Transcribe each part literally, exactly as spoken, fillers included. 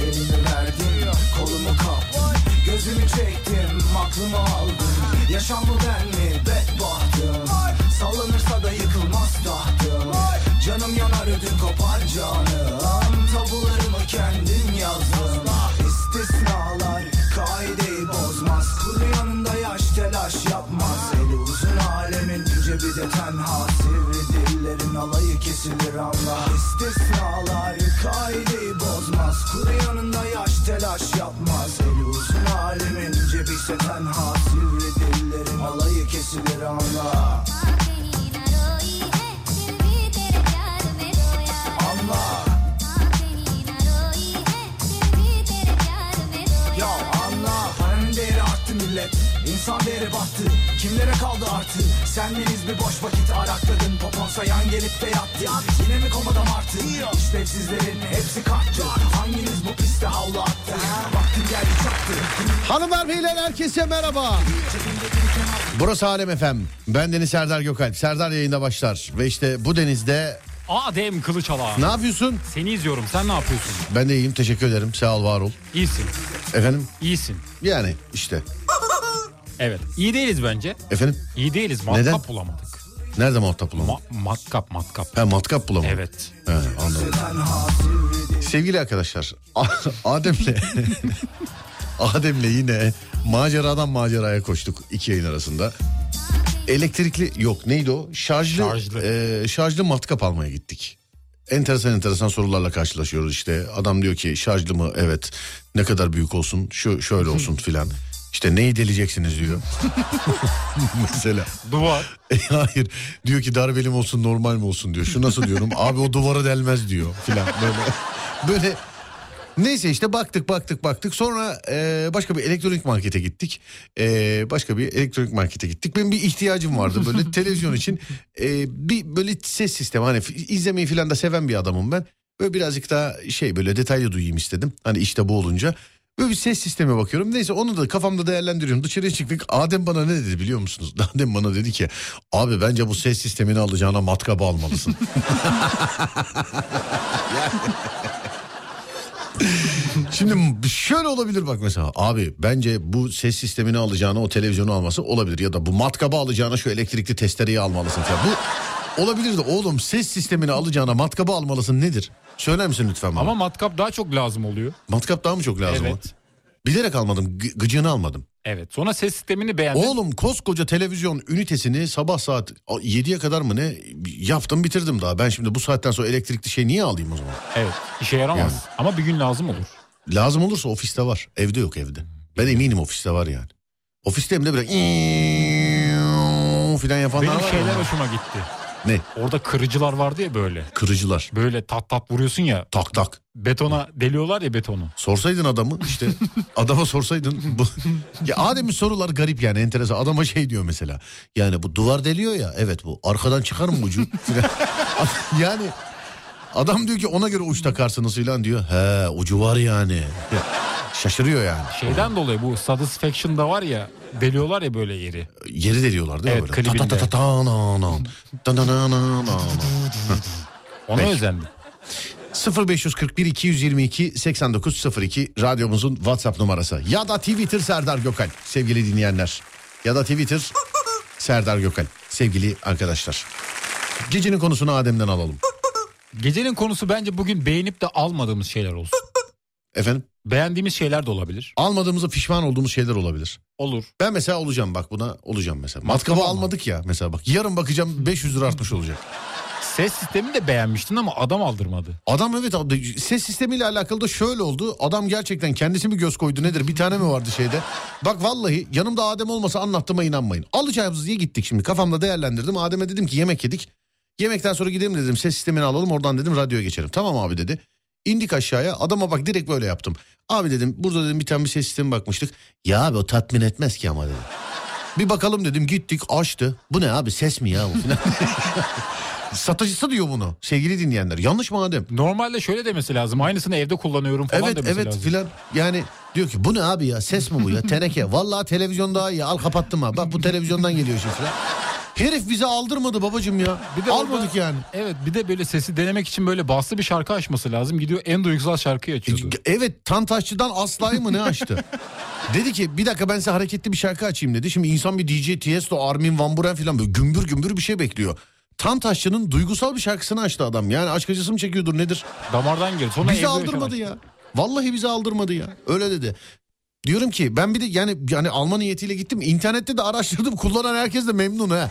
elimi verdim, kolumu kaptım, gözümü çektim, aklımı aldım. Yaşam mı ben mi bedbahtım, sallanırsa da yıkılmaz tahtım. Canım yanar ödüm kopar canım, tabularımı kendim yazdım. İstisnalar kaideyi bozmaz, kuru yanında yaş telaş yapmaz. Eli uzun alemin cebi de tenha, sivri dillerin alayı kesilir anla. İstisnalar kaideyi bozmaz, kuru yanında yaş telaş yapmaz. Eli uzun alemin cebi ise tenha, sivri dillerin alayı kesilir anla. Anla. Ya anla. Paranın değeri arttı millet, İnsan değeri battı. Kimlere kaldı artı? Sendeniz bir boş vakit arakladın. Popon sayan gelip de yattı. Yine mi komada martı? İşlevsizlerin hepsi kalktı. Hanginiz bu piste havlu attı? Vaktin geldi çattı. Hanımlar beyler herkese merhaba. Burası Alem F M. Ben Deniz Serdar Gökalp. Serdar yayında başlar. Ve işte bu denizde... Adem Kılıçalan. Ne yapıyorsun? Seni izliyorum. Sen ne yapıyorsun? Ben de iyiyim. Teşekkür ederim. Sağ ol, var ol. İyisin. Efendim? İyisin. Yani işte. Evet. İyi değiliz bence. Efendim? İyi değiliz. Matkap Neden? bulamadık. Nerede matkap bulamadık? Ma- matkap matkap. Ha, matkap bulamadık. Evet. He, anladım. Sevgili arkadaşlar. Adem'le... Adem'le yine maceradan maceraya koştuk iki yayın arasında. Elektrikli yok neydi o? Şarjlı Şarjlı, e, şarjlı matkap almaya gittik. Enteresan enteresan sorularla karşılaşıyoruz işte. Adam diyor ki şarjlı mı? Evet. Ne kadar büyük olsun? Şu şöyle olsun filan. İşte neyi deleceksiniz diyor. Mesela. Duvar. E, hayır. Diyor ki darbeli mi olsun normal mi olsun diyor. Şu nasıl diyorum? Abi o duvara delmez diyor filan. Böyle böyle. Neyse işte baktık baktık baktık sonra e, başka bir elektronik markete gittik. E, başka bir elektronik markete gittik. Benim bir ihtiyacım vardı böyle televizyon için. E, bir böyle ses sistemi, hani izlemeyi falan da seven bir adamım ben. Böyle birazcık daha şey böyle detaylı duyayım istedim. Hani işte bu olunca. Böyle bir ses sisteme bakıyorum. Neyse onu da kafamda değerlendiriyorum. Dışarıya çıktık. Adem bana ne dedi biliyor musunuz? Adem bana dedi ki abi bence bu ses sistemini alacağına matkabı almalısın. Yani... Şimdi şöyle olabilir bak mesela abi bence bu ses sistemini alacağına o televizyonu alması olabilir ya da bu matkabı alacağına şu elektrikli testereyi almalısın falan. Bu olabilir de oğlum ses sistemini alacağına matkabı almalısın nedir? Söyler misin lütfen bana? Ama matkap daha çok lazım oluyor. Matkap daha mı çok lazım? Evet. O? Bilerek almadım, G- gıcığını almadım. Evet, sonra ses sistemini beğendim. Oğlum koskoca televizyon ünitesini sabah saat yediye kadar mı ne yaptım bitirdim daha. Ben şimdi bu saatten sonra elektrikli şey niye alayım o zaman? Evet, işe yaramaz Yani. Ama bir gün lazım olur. Lazım olursa ofiste var, evde yok evde. Ben eminim ofiste var yani. Ofiste hem de böyle filan yapanlar Benim var. şeyler ya. hoşuma gitti. Ne? Orada kırıcılar vardı ya böyle. Kırıcılar. Böyle tat tat vuruyorsun ya. Tak tak. Betona deliyorlar ya betonu. Sorsaydın adamı işte adama sorsaydın. Bu... Ya Adem'in sorular garip yani enteresan. Adama şey diyor mesela. Yani bu duvar deliyor ya evet bu arkadan çıkar mı ucu? Yani adam diyor ki ona göre uç takarsınız filan diyor. He ucu var yani. Şaşırıyor yani. Şeyden dolayı bu Satisfaction'da var ya deliyorlar ya böyle yeri. Yeri deliyorlar değil mi? Evet, böyle? klibinde. Ta ta ta ta na na. Ta na na na na. Ona Peki. özendi. sıfır beş kırk bir iki yüz yirmi iki seksen dokuz sıfır iki radyomuzun WhatsApp numarası. Ya da Twitter Serdar Gökalp sevgili dinleyenler. Ya da Twitter Serdar Gökalp sevgili arkadaşlar. Gecenin konusunu Adem'den alalım. Gecenin konusu bence bugün beğenip de almadığımız şeyler olsun. Efendim? Beğendiğimiz şeyler de olabilir. Almadığımızda pişman olduğumuz şeyler olabilir. Olur. Ben mesela olacağım bak buna olacağım mesela. Matkabı Matkabı alma. almadık ya mesela bak. Yarın bakacağım beş yüz lira artmış olacak. Ses sistemini de beğenmiştin ama adam aldırmadı. Adam evet ses sistemiyle alakalı da şöyle oldu. Adam gerçekten kendisi mi göz koydu nedir? Bir tane mi vardı şeyde? Bak vallahi yanımda Adem olmasa anlattığıma inanmayın. Alacağımız diye gittik şimdi. Kafamda değerlendirdim. Adem'e dedim ki yemek yedik. Yemekten sonra gidelim dedim. Ses sistemini alalım oradan dedim radyoya geçelim. Tamam abi dedi. İndik aşağıya. Adama bak direkt böyle yaptım. Abi dedim burada dedim bir tane bir ses sistemi bakmıştık. Ya abi o tatmin etmez ki ama dedim. Bir bakalım dedim gittik açtı. Bu ne abi ses mi ya bu? Satıcısı diyor bunu sevgili dinleyenler. Yanlış mı Adem? Normalde şöyle demesi lazım. Aynısını evde kullanıyorum falan evet, demesi evet, lazım. Evet filan yani diyor ki bu ne abi ya ses mi bu ya teneke. Vallahi televizyon daha iyi al kapattım ha. Bak bu televizyondan geliyor şimdi filan. Herif bize aldırmadı babacığım ya. Bir de almadık orada, yani. Evet, bir de böyle sesi denemek için böyle baslı bir şarkı açması lazım. Gidiyor en duygusal şarkıyı açıyordu. Evet, Tantaşçı'dan Aslı'yı mı ne açtı? Dedi ki bir dakika ben size hareketli bir şarkı açayım dedi. Şimdi insan bir D J Tiesto, Armin van Buuren falan böyle gümbür gümbür bir şey bekliyor. Tantaşçı'nın duygusal bir şarkısını açtı adam. Yani aşk acısı mı çekiyordur nedir? Damardan girdi. Sonra bizi aldırmadı ya. Vallahi bizi aldırmadı ya. Öyle dedi. Diyorum ki ben bir de yani yani alma niyetiyle gittim. İnternette de araştırdım. Kullanan herkes de memnun ha.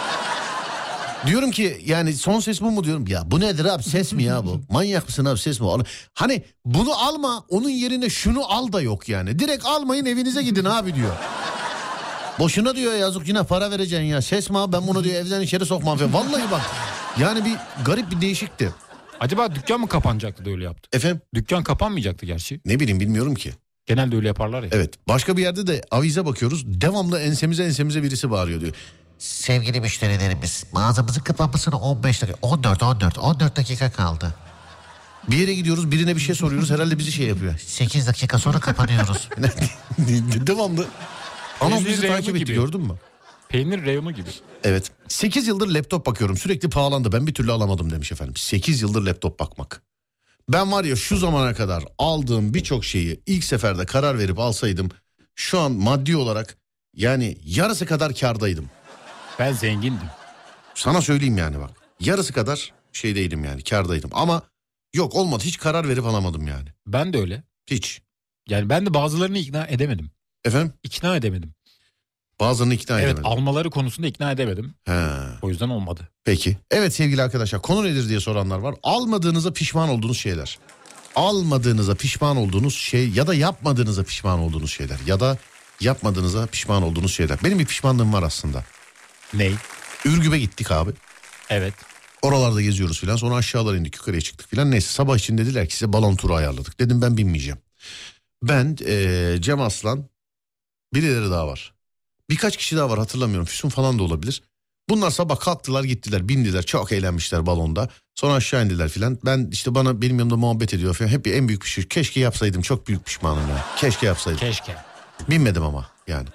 Diyorum ki yani son ses bu mu diyorum. Ya bu nedir abi, ses mi ya bu? Manyak mısın abi, ses mi? Hani bunu alma, onun yerine şunu al da yok yani. Direkt almayın, evinize gidin abi diyor. Boşuna diyor, yazık yine para vereceksin ya. Ses mi abi, ben bunu diyor evden içeri sokmam falan. Vallahi bak yani bir garip bir değişikti. Acaba dükkan mı kapanacaktı da öyle yaptı? Efendim? Dükkan kapanmayacaktı gerçi. Ne bileyim, bilmiyorum ki. Genelde öyle yaparlar ya. Evet, başka bir yerde de avize bakıyoruz. Devamlı ensemize ensemize birisi bağırıyor diyor. Sevgili müşterilerimiz, mağazamızın kapanmasına on beş dakika, on dört on dört on dört dakika kaldı. Bir yere gidiyoruz, birine bir şey soruyoruz, herhalde bizi şey yapıyor. sekiz dakika sonra kapanıyoruz. Devamlı. Anons Peynir bizi reyonu takip etti, gibi. gördün mü? Peynir reyonu gibi. Evet. sekiz yıldır laptop bakıyorum, sürekli pahalandı, ben bir türlü alamadım demiş efendim. sekiz yıldır laptop bakmak. Ben var ya şu zamana kadar aldığım birçok şeyi ilk seferde karar verip alsaydım şu an maddi olarak yani yarısı kadar kârdaydım. Ben zengindim. Sana söyleyeyim yani bak. Yarısı kadar şeydeydim yani, kârdaydım. Ama yok, olmadı, hiç karar verip alamadım yani. Ben de öyle. Hiç. Yani ben de bazılarını ikna edemedim. Efendim? İkna edemedim. Bazılarını ikna evet, edemedim. almaları konusunda ikna edemedim. He. O yüzden olmadı. Peki. Evet sevgili arkadaşlar, konu nedir diye soranlar var. Almadığınıza pişman olduğunuz şeyler. Almadığınıza pişman olduğunuz şey ya da yapmadığınıza pişman olduğunuz şeyler. Ya da yapmadığınıza pişman olduğunuz şeyler. Benim bir pişmanlığım var aslında. Ney? Ürgüp'e gittik abi. Evet. Oralarda geziyoruz filan, sonra aşağılara indik, yukarıya çıktık filan. Neyse, sabah için dediler ki size balon turu ayarladık. Dedim ben binmeyeceğim. Ben ee, Cem Aslan, birileri daha var. Birkaç kişi daha var, hatırlamıyorum, Füsun falan da olabilir. Bunlar sabah kalktılar gittiler, bindiler, çok eğlenmişler balonda. Sonra aşağı indiler filan. Ben işte bana benim yanımda muhabbet ediyor falan. Hep en büyük bir şey. Keşke yapsaydım, çok büyük pişmanım ya. Keşke yapsaydım. Keşke. Binmedim ama yani.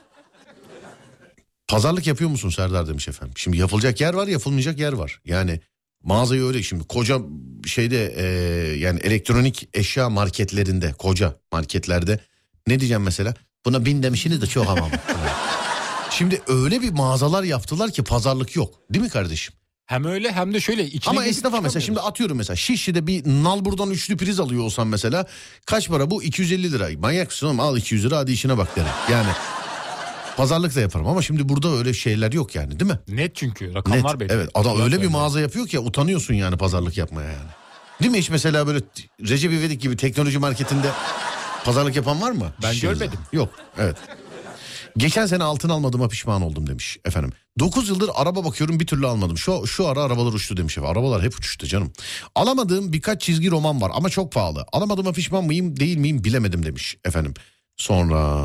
Pazarlık yapıyor musun Serdar demiş efendim. Şimdi yapılacak yer var, yapılmayacak yer var. Yani mağazayı öyle şimdi koca şeyde e, yani elektronik eşya marketlerinde, koca marketlerde ne diyeceğim mesela? Buna bin demişsiniz de çok ama. Şimdi öyle bir mağazalar yaptılar ki pazarlık yok. Değil mi kardeşim? Hem öyle hem de şöyle. Ama esnafa mesela şimdi atıyorum mesela Şişli'de bir Nalbur'dan üçlü priz alıyor olsam mesela kaç para bu? iki yüz elli lira. Manyak mısın oğlum, al iki yüz lira hadi işine bak derim. Yani pazarlık da yaparım ama şimdi burada öyle şeyler yok yani, değil mi? Net çünkü rakamlar Net, belli. evet, adam öyle bir söylüyor. mağaza yapıyor ki utanıyorsun yani pazarlık yapmaya yani. Değil mi, hiç mesela böyle Recep İvedik gibi teknoloji marketinde pazarlık yapan var mı? Ben Şişli'de. görmedim. Yok, evet. Geçen sene altın almadığıma pişman oldum demiş efendim. dokuz yıldır araba bakıyorum, bir türlü almadım. Şu şu ara arabalar uçtu demiş efendim. Arabalar hep uçtu canım. Alamadığım birkaç çizgi roman var ama çok pahalı. Alamadığıma pişman mıyım değil miyim bilemedim demiş efendim. Sonra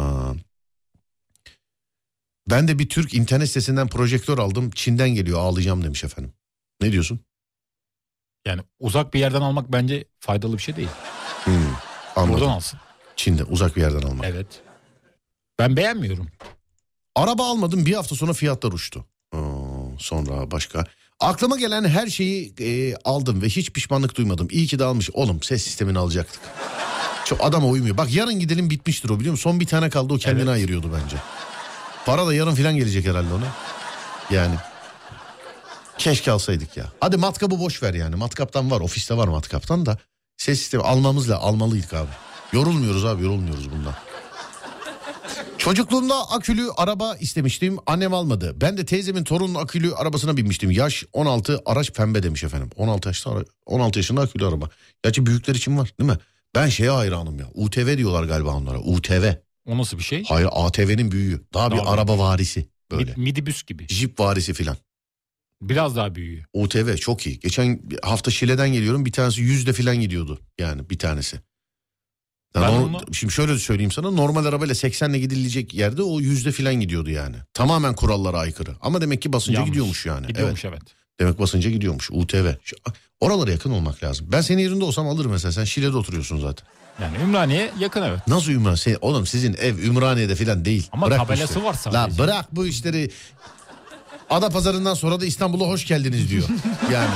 ben de bir Türk internet sitesinden projektör aldım. Çin'den geliyor, ağlayacağım demiş efendim. Ne diyorsun? Yani uzak bir yerden almak bence faydalı bir şey değil. Hmm, anladım. Buradan alsın. Çin'de uzak bir yerden almak. Evet. Ben beğenmiyorum. Araba almadım, bir hafta sonra fiyatlar uçtu. Aa, sonra başka. Aklıma gelen her şeyi e, aldım ve hiç pişmanlık duymadım. İyi ki de almış. Oğlum ses sistemini alacaktık. Çok adama uymuyor. Bak yarın gidelim bitmiştir o, biliyor musun? Son bir tane kaldı, o kendine evet. ayırıyordu bence. Para da yarın falan gelecek herhalde ona. Yani. Keşke alsaydık ya. Hadi matkabı boş ver yani. Matkaptan var, ofiste var matkaptan da. Ses sistemi almamız la almalıydık abi. Yorulmuyoruz abi, yorulmuyoruz bundan. Çocukluğumda akülü araba istemiştim, annem almadı. Ben de teyzemin torunun akülü arabasına binmiştim. Yaş on altı, araç pembe demiş efendim. on altı yaşta on altı yaşında akülü araba. Gerçi büyükler için var değil mi? Ben şeye hayranım ya. U T V diyorlar galiba onlara. U T V. O nasıl bir şey? Hayır, A T V'nin büyüğü. Daha, daha bir araba büyük. Varisi böyle. Midibüs gibi. Jip varisi filan. Biraz daha büyüğü. U T V çok iyi. Geçen hafta Şile'den geliyorum, bir tanesi yüzde filan gidiyordu yani bir tanesi. Yani onu, onu... Şimdi şöyle söyleyeyim sana, normal arabayla seksenle gidilecek yerde o yüzde filan gidiyordu yani. Tamamen kurallara aykırı. Ama demek ki basınca Yanlış. gidiyormuş yani. Gidiyormuş evet. evet. Demek basınca gidiyormuş U T V. Şu, oralara yakın olmak lazım. Ben senin yerinde olsam alırım mesela. Sen Şile'de oturuyorsun zaten. Yani Ümraniye yakın evet. Nasıl Ümraniye? Sen, oğlum sizin ev Ümraniye'de filan değil. Ama bırak tabelası var sadece. La bırak bu işleri. Adapazarı'ndan sonra da İstanbul'a hoş geldiniz diyor. Yani.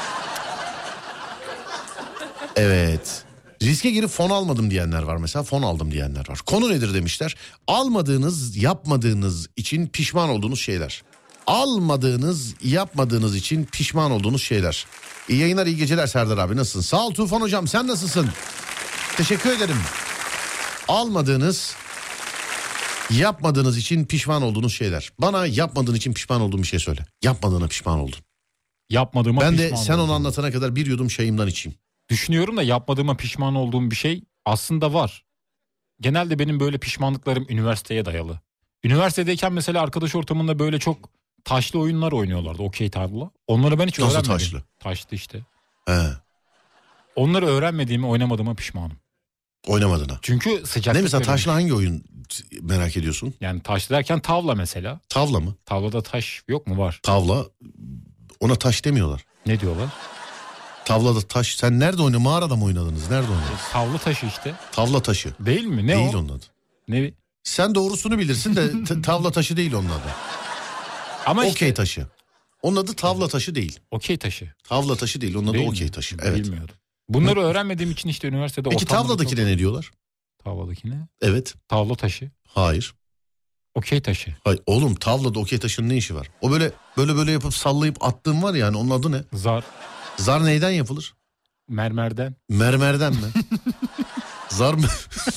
Evet. Riske girip fon almadım diyenler var mesela. Fon aldım diyenler var. Konu nedir demişler. Almadığınız, yapmadığınız için pişman olduğunuz şeyler. Almadığınız, yapmadığınız için pişman olduğunuz şeyler. İyi yayınlar, iyi geceler Serdar abi, nasılsın? Sağ ol Tufan hocam, sen nasılsın? Teşekkür ederim. Almadığınız, yapmadığınız için pişman olduğunuz şeyler. Bana yapmadığın için pişman olduğun bir şey söyle. Yapmadığına pişman oldun. Yapmadığıma ben pişman de oldum. sen onu anlatana kadar bir yudum çayımdan içeyim. Düşünüyorum da yapmadığıma pişman olduğum bir şey aslında var. Genelde benim böyle pişmanlıklarım üniversiteye dayalı. Üniversitedeyken mesela arkadaş ortamında böyle çok taşlı oyunlar oynuyorlardı. Okey tavla. Onları ben hiç Nasıl öğrenmedim. taşlı? Taşlı işte. He. Onları öğrenmediğimi, oynamadığıma pişmanım. Oynamadığına. Çünkü sıcaklık Ne mesela verilmiş. taşla hangi oyun merak ediyorsun? Yani taşlı derken tavla mesela. Tavla mı? Tavlada taş yok mu? Var. Tavla, ona taş demiyorlar. Ne diyorlar? Tavlada taş. Sen nerede oynadın? Mağarada mı oynadınız? Nerede oynadınız? Tavla taşı işte. Tavla taşı. Değil mi? Ne değil o? onun adı. Ne? Sen doğrusunu bilirsin de t- tavla taşı değil onun adı. Ama Okey işte. taşı. Onun adı tavla taşı değil. Okey taşı. Tavla taşı değil. Onun adı Değil okey mi? taşı. Evet. Bilmiyordum. Bunları öğrenmediğim için işte üniversitede Peki ortamda tavladakine çok- ne diyorlar? Tavladakine? Evet. Tavla taşı. Hayır. Okey taşı. Hayır. Oğlum tavlada okey taşının ne işi var? O böyle böyle böyle yapıp sallayıp attığın var ya, yani onun adı ne? Zar. Zar neyden yapılır? Mermerden. Mermerden mi? Zar mı?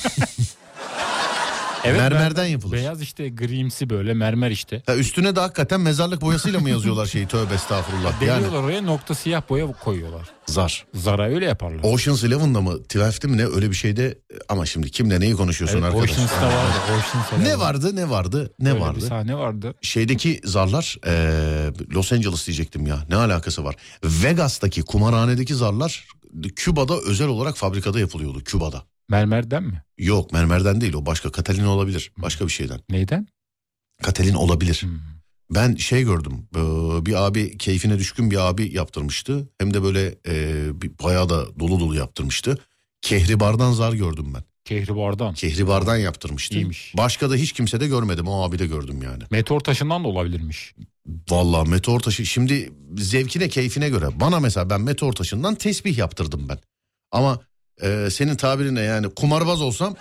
Evet, Mermerden ben- yapılır. Beyaz işte, grimsi böyle mermer işte. Ya üstüne de hakikaten mezarlık boyasıyla mı yazıyorlar şeyi? Tövbe estağfurullah. Yani Deliyorlar oraya, nokta siyah boya koyuyorlar. zar. Zara öyle yaparlar. Ocean's Eleven'da mı? Twelve'de mi ne? Öyle bir şeyde. Ama şimdi kimle neyi konuşuyorsun Evet, arkadaş? Oceans'ta vardı. Oceans'ta Ne vardı? Ne vardı? Ne Öyle vardı? bir sahne vardı. Şeydeki zarlar eee, Los Angeles diyecektim ya. Ne alakası var? Vegas'taki kumarhanedeki zarlar Küba'da özel olarak fabrikada yapılıyordu. Küba'da. Mermerden mi? Yok, mermerden değil, o başka. Katalin olabilir. Başka bir şeyden. Neyden? Katalin olabilir. Hmm. Ben şey gördüm. eee, Bir abi, keyfine düşkün bir abi yaptırmıştı. Hem de böyle eee, bir, bayağı da dolu dolu yaptırmıştı. Kehribar'dan zar gördüm ben. Kehribar'dan. Kehribar'dan yaptırmıştı. İyiymiş. Başka da hiç kimse de görmedim. O abi de gördüm yani. Meteor taşından da olabilirmiş. Vallahi meteor taşı, şimdi zevkine keyfine göre. Bana mesela, ben meteor taşından tesbih yaptırdım ben. Ama e, senin tabirine yani kumarbaz olsam,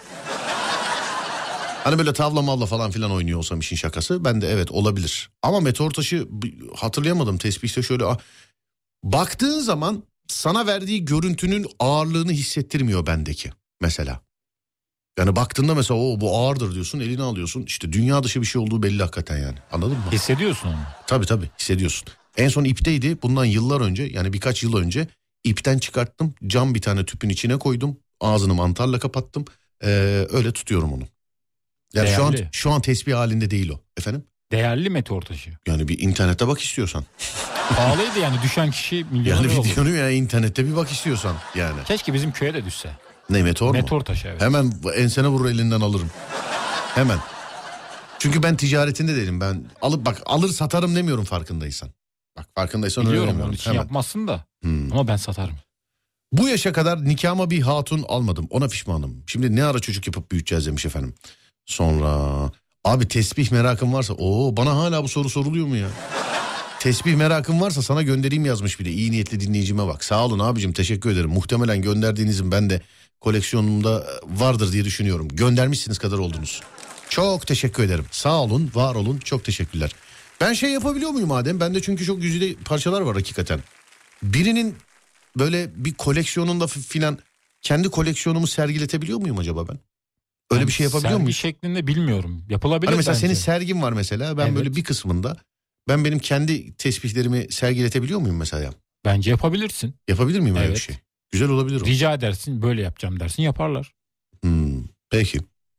hani böyle tavla mavla falan filan oynuyor olsam, işin şakası, ben de evet olabilir. Ama meteor taşı hatırlayamadım, tesbihte şöyle ah, baktığın zaman sana verdiği görüntünün ağırlığını hissettirmiyor bendeki mesela. Yani baktığında mesela o bu ağırdır diyorsun, elini alıyorsun, işte dünya dışı bir şey olduğu belli hakikaten yani, anladın mı? Hissediyorsun onu. Tabii tabii hissediyorsun. En son ipteydi, bundan yıllar önce, yani birkaç yıl önce ipten çıkarttım. Cam bir tane tüpün içine koydum. Ağzını mantarla kapattım. Ee, öyle tutuyorum onu. Yani şu an Değerli. şu an tesbih halinde değil o. Efendim? Değerli meteor taşı. Yani bir internette bak istiyorsan. Pahalıydı yani, düşen kişi milyoner Yani olur. videonu ya internette bir bak istiyorsan yani. Keşke bizim köye de düşse. Ne, meteor mu? Meteor taşı, evet. Hemen ensene vurur, elinden alırım. Hemen. Çünkü ben ticaretinde değilim. Ben alıp bak, alır satarım demiyorum, farkındaysan. Bak farkındaysan öyle Biliyorum, demiyorum. onun için Hemen. yapmazsın da. Hmm. Ama ben satarım. Bu yaşa kadar nikahıma bir hatun almadım. Ona pişmanım. Şimdi ne ara çocuk yapıp büyüteceğiz demiş efendim. Sonra abi tesbih merakın varsa, o bana hala bu soru soruluyor mu ya? Tesbih merakın varsa sana göndereyim yazmış bir de. İyi niyetli dinleyicime bak. Sağ olun abicim, teşekkür ederim. Muhtemelen gönderdiğinizin ben de koleksiyonumda vardır diye düşünüyorum. Göndermişsiniz kadar oldunuz. Çok teşekkür ederim. Sağ olun, var olun. Çok teşekkürler. Ben şey yapabiliyor muyum Adem? Bende çünkü çok güzide parçalar var hakikaten. Birinin böyle bir koleksiyonunda f- filan kendi koleksiyonumu sergiletebiliyor muyum acaba ben? Öyle Yani bir şey yapabiliyor sergi muyum? şeklinde bilmiyorum. Yapılabilir Hani mesela bence. senin sergin var mesela. Ben Evet. böyle bir kısmında, ben benim kendi tesbihlerimi sergiletebiliyor muyum mesela? Bence yapabilirsin. Yapabilir miyim öyle bir Evet. şey? Güzel olabilir o. Rica edersin, böyle yapacağım dersin, yaparlar. Hmm, peki.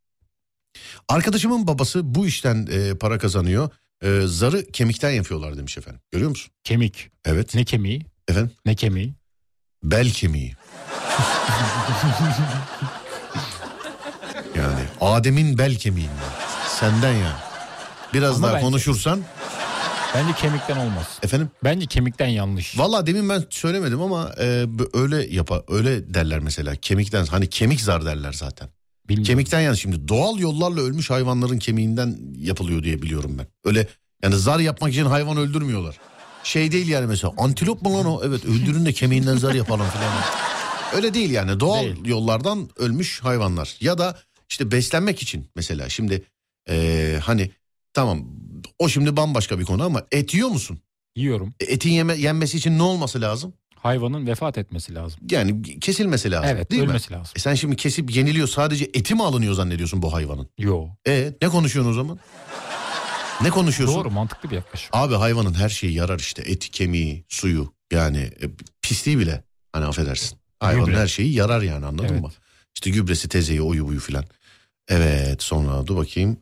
Arkadaşımın babası bu işten e, para kazanıyor. E, zarı kemikten yapıyorlar demiş efendim. Görüyor musun? Kemik. Evet. Ne kemiği? Efendim? Ne kemiği? Bel kemiği. Yani Adem'in bel kemiğinden. Senden yani. Biraz Ama daha bence- konuşursan. Bence kemikten olmaz. Efendim? Bence kemikten yanlış. Valla demin ben söylemedim ama e, öyle yapa öyle derler mesela. Kemikten, hani kemik zar derler zaten. Bilmiyorum. Kemikten yani, şimdi doğal yollarla ölmüş hayvanların kemiğinden yapılıyor diye biliyorum ben. Öyle Yani zar yapmak için hayvan öldürmüyorlar. Şey değil yani mesela antilop mu lan o? Evet öldürün de kemiğinden zar yapalım falan. Öyle değil yani doğal değil. Yollardan ölmüş hayvanlar. Ya da işte beslenmek için mesela şimdi ee, hani tamam o şimdi bambaşka bir konu ama et yiyor musun? Yiyorum. Etin yeme, yenmesi için ne olması lazım? Hayvanın vefat etmesi lazım. Yani kesilmesi lazım evet, değil ölmesi mi? lazım. E sen şimdi kesip yeniliyor sadece eti mi alınıyor zannediyorsun bu hayvanın? Yo. E ne konuşuyorsun o zaman? Ne konuşuyorsun? Doğru mantıklı bir yaklaşım. Abi hayvanın her şeyi yarar işte eti, kemiği, suyu yani e, pisliği bile hani affedersin. Hayvanın Gübre. Her şeyi yarar yani anladın evet. mı? İşte gübresi, tezeyi, oyu buyu filan. Evet sonra dur bakayım.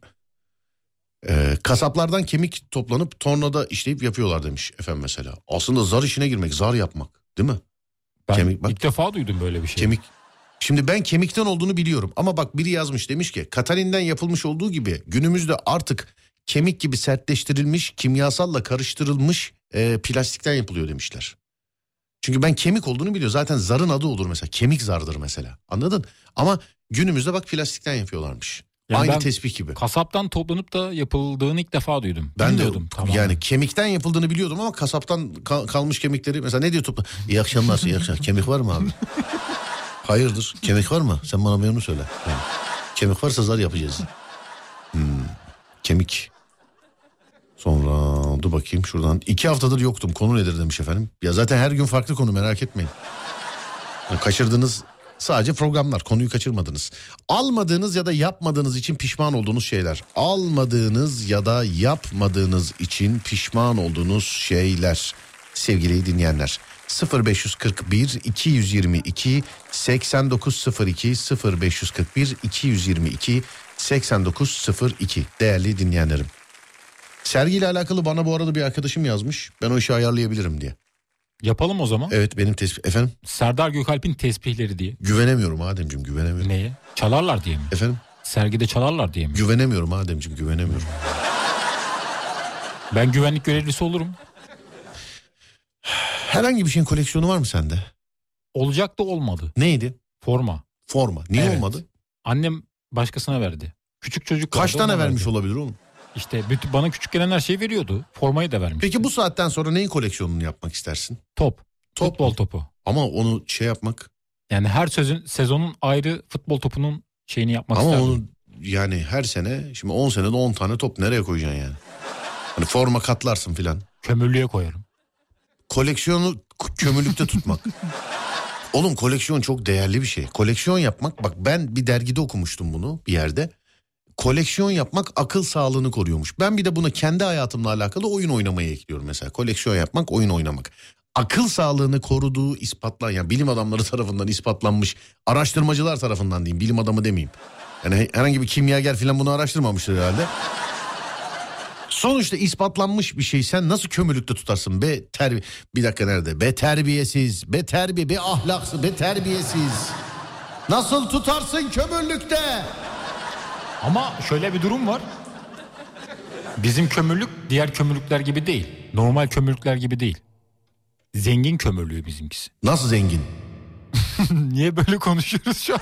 Ee, kasaplardan kemik toplanıp tornada işleyip yapıyorlar demiş efendim mesela. Aslında zar işine girmek, zar yapmak değil mi? Ben kemik, bak, ilk defa duydum böyle bir şey. Kemik. Şimdi ben kemikten olduğunu biliyorum ama bak biri yazmış demiş ki katalinden yapılmış olduğu gibi günümüzde artık kemik gibi sertleştirilmiş, kimyasalla karıştırılmış e, plastikten yapılıyor demişler. Çünkü ben kemik olduğunu biliyorum. Zaten zarın adı olur mesela. Kemik zardır mesela. Anladın? Ama günümüzde bak plastikten yapıyorlarmış. Yani aynı tespih gibi. Kasaptan toplanıp da yapıldığını ilk defa duydum. Ben de tamamen. Yani kemikten yapıldığını biliyordum ama kasaptan kal- kalmış kemikleri mesela ne diyor topla? İyi akşamlar, iyi akşamlar. Kemik var mı abi? Hayırdır? Kemik var mı? Sen bana bir onu söyle. Yani, kemik varsa zar yapacağız. Hmm, kemik. Sonra dur bakayım şuradan. İki haftadır yoktum. Konu nedir demiş efendim. Ya zaten her gün farklı konu merak etmeyin. Yani kaçırdığınız sadece programlar. Konuyu kaçırmadınız. Almadığınız ya da yapmadığınız için pişman olduğunuz şeyler. Almadığınız ya da yapmadığınız için pişman olduğunuz şeyler. Sevgili dinleyenler. sıfır beş kırk bir iki yüz yirmi iki seksen dokuz sıfır iki sıfır beş kırk bir iki yüz yirmi iki seksen dokuz sıfır iki değerli dinleyenlerim. Sergiyle alakalı bana bu arada bir arkadaşım yazmış. Ben o işi ayarlayabilirim diye. Yapalım o zaman. Evet benim tespih... Efendim? Serdar Gökalp'in tespihleri diye. Güvenemiyorum Ademciğim güvenemiyorum. Neye? Çalarlar diye mi? Efendim? Sergide çalarlar diye mi? Güvenemiyorum Ademciğim güvenemiyorum. Ben güvenlik görevlisi olurum. Herhangi bir şeyin koleksiyonu var mı sende? Olacak da olmadı. Neydi? Forma. Forma. Niye evet. olmadı? Annem başkasına verdi. Küçük çocuk kaç tane vermiş verdi. Olabilir oğlum? İşte bana küçük gelen her şeyi veriyordu. Formayı da vermiş. Peki bu saatten sonra neyin koleksiyonunu yapmak istersin? Top. Top futbol mu? Topu. Ama onu şey yapmak. Yani her sezon, sezonun ayrı futbol topunun şeyini yapmak ama isterdim. Ama onu yani her sene şimdi on senede on tane top nereye koyacaksın yani? Hani forma katlarsın filan. Kömürlüğe koyarım. Koleksiyonu kömürlükte tutmak. Oğlum koleksiyon çok değerli bir şey. Koleksiyon yapmak bak ben bir dergide okumuştum bunu bir yerde. Koleksiyon yapmak akıl sağlığını koruyormuş. Ben bir de buna kendi hayatımla alakalı oyun oynamayı ekliyorum mesela. Koleksiyon yapmak, oyun oynamak. Akıl sağlığını koruduğu ispatlan yani bilim adamları tarafından ispatlanmış, araştırmacılar tarafından diyeyim, bilim adamı demeyeyim. Yani herhangi bir kimyager falan bunu araştırmamıştır herhalde. Sonuçta ispatlanmış bir şey sen nasıl kömürlükte tutarsın be terbi... Bir dakika nerede? Be terbiyesiz, be terbiye, be ahlaksız, be terbiyesiz. Nasıl tutarsın kömürlükte? Ama şöyle bir durum var. Bizim kömürlük diğer kömürlükler gibi değil. Normal kömürlükler gibi değil. Zengin kömürlüğü bizimkisi. Nasıl zengin? Niye böyle konuşuyoruz şu an?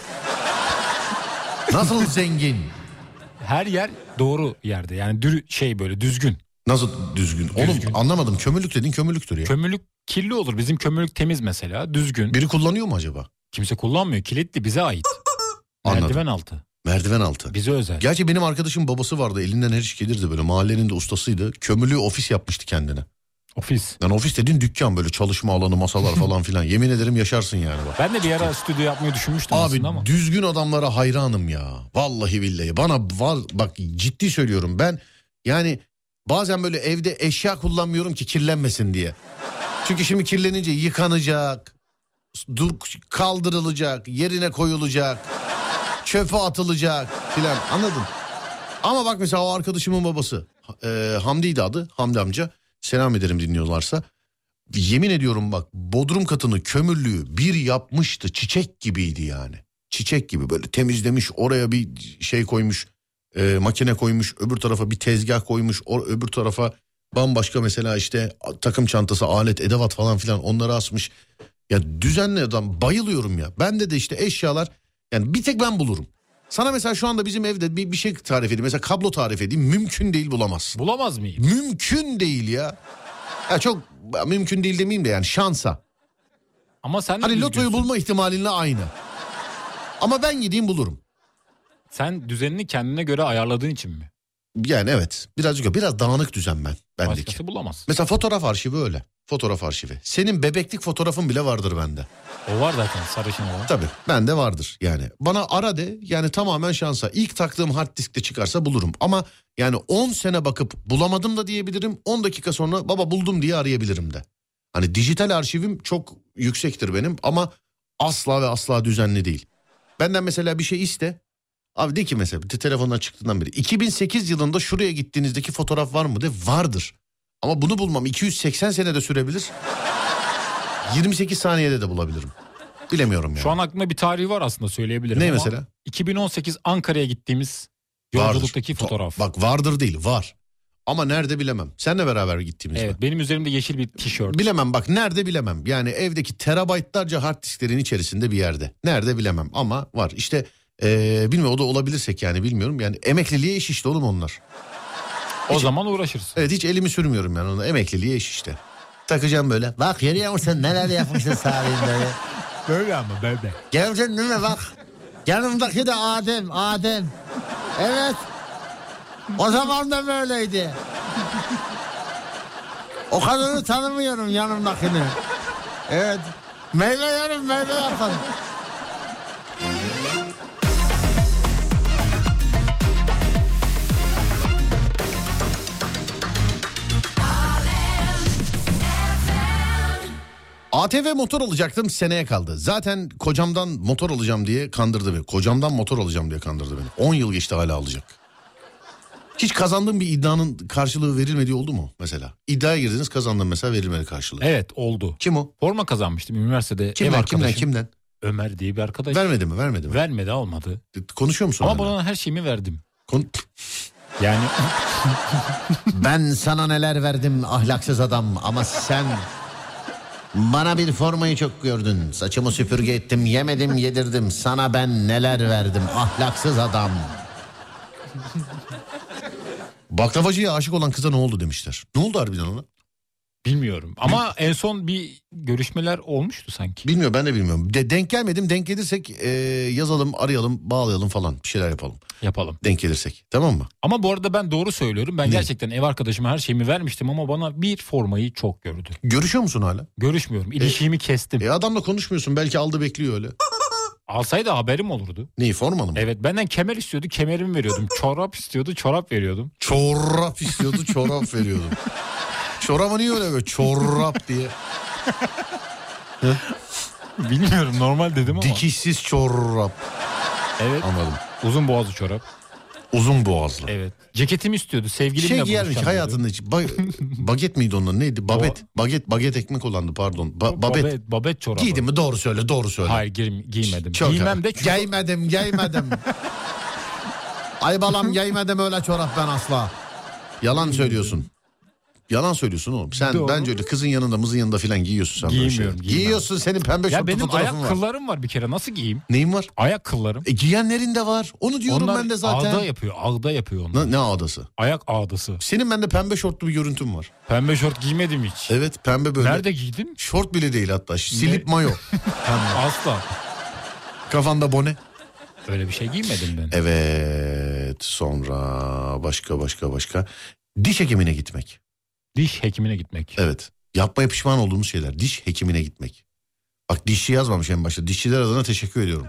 Nasıl zengin? Her yer doğru yerde. Yani dürü, şey böyle düzgün. Nasıl düzgün? düzgün? Oğlum anlamadım. Kömürlük dediğin kömürlüktür ya. Kömürlük kirli olur. Bizim kömürlük temiz mesela. Düzgün. Biri kullanıyor mu acaba? Kimse kullanmıyor. Kilitli, bize ait. Anladım. Merdiven altı. Merdiven altı. Bize özel. Gerçi benim arkadaşım babası vardı. Elinden her iş gelirdi böyle. Mahallenin de ustasıydı. Kömürlüğü ofis yapmıştı kendine. Ofis. Yani ofis dediğin dükkan böyle çalışma alanı, masalar falan filan. Yemin ederim yaşarsın yani bak. Ben de bir ara stüdyo yapmayı düşünmüştüm abi, aslında ama. Abi düzgün adamlara hayranım ya. Vallahi billahi. Bana var bak ciddi söylüyorum ben. Yani bazen böyle evde eşya kullanmıyorum ki kirlenmesin diye. Çünkü şimdi kirlenince yıkanacak, dur kaldırılacak, yerine koyulacak, çöpe atılacak filan, anladın? Ama bak mesela o arkadaşımın babası e, Hamdi'ydi adı, Hamdi amca. Selam ederim dinliyorlarsa. Yemin ediyorum bak bodrum katını kömürlüğü bir yapmıştı, çiçek gibiydi yani. Çiçek gibi böyle temizlemiş, oraya bir şey koymuş, e, makine koymuş, öbür tarafa bir tezgah koymuş, or, öbür tarafa bambaşka mesela işte takım çantası, alet, edevat falan filan onları asmış. Ya düzenli adam, bayılıyorum ya. Bende de işte eşyalar yani bir tek ben bulurum. Sana mesela şu anda bizim evde bir, bir şey tarif edeyim. Mesela kablo tarif edeyim. Mümkün değil, bulamazsın. Bulamaz mıyım? Mümkün değil ya. Ya çok mümkün değil demeyeyim de yani şansa. Ama sen de Hani lotoyu düzgünsün. bulma ihtimalinle aynı. Ama ben gideyim bulurum. Sen düzenini kendine göre ayarladığın için mi? Yani evet. Birazcık biraz dağınık düzen ben. Bendeki. Başkası bulamaz. Mesela fotoğraf arşivi öyle. Fotoğraf arşivi. Senin bebeklik fotoğrafın bile vardır bende. O var zaten, sarışın olan. Tabii bende vardır yani. Bana ara de, yani tamamen şansa. İlk taktığım hard diskte çıkarsa bulurum. Ama yani on sene bakıp bulamadım da diyebilirim. on dakika sonra baba buldum diye arayabilirim de. Hani dijital arşivim çok yüksektir benim ama asla ve asla düzenli değil. Benden mesela bir şey iste. Abi de ki mesela telefondan çıktığından beri iki bin sekiz yılında şuraya gittiğinizdeki fotoğraf var mı de, vardır. Ama bunu bulmam iki yüz seksen senede sürebilir. yirmi sekiz saniyede de bulabilirim. Bilemiyorum yani. Şu an aklımda bir tarihi var aslında, söyleyebilirim. Ne ama mesela? iki bin on sekiz Ankara'ya gittiğimiz yolculuktaki Vardır. fotoğraf. Bak vardır değil, var. Ama nerede bilemem. Seninle beraber gittiğimizde. Evet, benim üzerimde yeşil bir tişört. Bilemem bak, nerede bilemem. Yani evdeki terabaytlarca hard disklerin içerisinde bir yerde. Nerede bilemem ama var. İşte ee, bilmiyorum, o da olabilirsek yani, bilmiyorum. Yani emekliliğe iş işte oğlum onlar. O Hiç, zaman uğraşırsın. evet hiç elimi sürmüyorum yani ona, emekliliğe iş işte. Takacağım böyle. Bak görüyor musun neler yapmışsın Salih'in. Böyle ama böyle. Gördün değil mi bak. Yanımdaki de Adem, Adem. Evet. O zaman da böyleydi. O kadarını tanımıyorum yanımdakini. Evet. Meyve yerim, meyve yapalım. A T V motor alacaktım, seneye kaldı. Zaten kocamdan motor alacağım diye kandırdı beni. Kocamdan motor alacağım diye kandırdı beni. on yıl geçti hala alacak. Hiç kazandığım bir iddianın karşılığı verilmediği oldu mu mesela? İddiaya girdiniz, kazandım mesela, verilmedi karşılığı. Evet, oldu. Kim o? Forma kazanmıştım üniversitede. Kimden, ev arkadaşım. kimden, kimden? Ömer diye bir arkadaş. Vermedi mi, vermedi mi? Vermedi, almadı. Konuşuyor musun? Ama hala? bana her şeyimi verdim. Kon- Yani Ben sana neler verdim ahlaksız adam ama sen bana bir formayı çok gördün. Saçımı süpürge ettim, yemedim yedirdim. Sana ben neler verdim ahlaksız adam. Baklavacıya aşık olan kıza ne oldu demişler. Ne oldu harbiden ona? bilmiyorum. Ama en son bir görüşmeler olmuştu sanki. Bilmiyorum, ben de bilmiyorum. De, denk gelmedim. Denk gelirsek e, yazalım, arayalım, bağlayalım falan. Bir şeyler yapalım. Yapalım. Denk gelirsek. Tamam mı? Ama bu arada ben doğru söylüyorum. Ben Ne? gerçekten ev arkadaşıma her şeyimi vermiştim ama bana bir formayı çok gördü. Görüşüyor musun hala? Görüşmüyorum. İlişiğimi kestim. E adamla konuşmuyorsun. Belki aldı bekliyor öyle. Alsaydı haberim olurdu. Neyi, formanı mı? Evet, benden kemer istiyordu, kemerimi veriyordum. Çorap istiyordu, çorap veriyordum. Çorap istiyordu, çorap veriyordum. Çorabı niye öyle böyle çorap diye? Bilmiyorum, normal dedim ama. Dikişsiz çorap. Evet, Anladım. uzun boğazlı çorap. Uzun boğazlı. Evet. Ceketimi istiyordu, sevgilimle Şey buluşacağım giyermiş diyordu. hayatında hiç. Ba- baget miydi onun, neydi? Babet. Baget, baget ekmek olandı, pardon. Ba- babet. Babet, babet çorabı. Giydin mi? Doğru söyle, doğru söyle. Hayır, giyim, giymedim. Çok Giymem de çünkü... Giymedim, giymedim. Ay balam, giymedim öyle çorap ben asla. Yalan söylüyorsun. Yalan söylüyorsun oğlum. Sen Doğru. bence öyle kızın yanında, mızın yanında falan giyiyorsun sen böyle Giymiyorum, şeyler. giymem. Giyiyorsun, senin pembe Ya şortlu benim fotoğrafın ayak var. kıllarım var bir kere, nasıl giyeyim? Neyin var? Ayak kıllarım. E, giyenlerin de var. Onu diyorum Onlar ben de zaten. ağda yapıyor, ağda yapıyor onlar. Ne, ne ağdası? Ayak ağdası. Senin bende pembe şortlu bir görüntün var. Pembe şort giymedim hiç. Evet, pembe böyle. Nerede giydin? Şort bile değil hatta. Silip mayo. Asla. Kafanda bone. Öyle bir şey giymedim ben. Evet, sonra başka başka başka. Diş hekimine gitmek. Diş hekimine gitmek. Evet. Yapmaya pişman olduğumuz şeyler. Diş hekimine gitmek. Bak, dişçi yazmamış en başta. Dişçiler adına teşekkür ediyorum.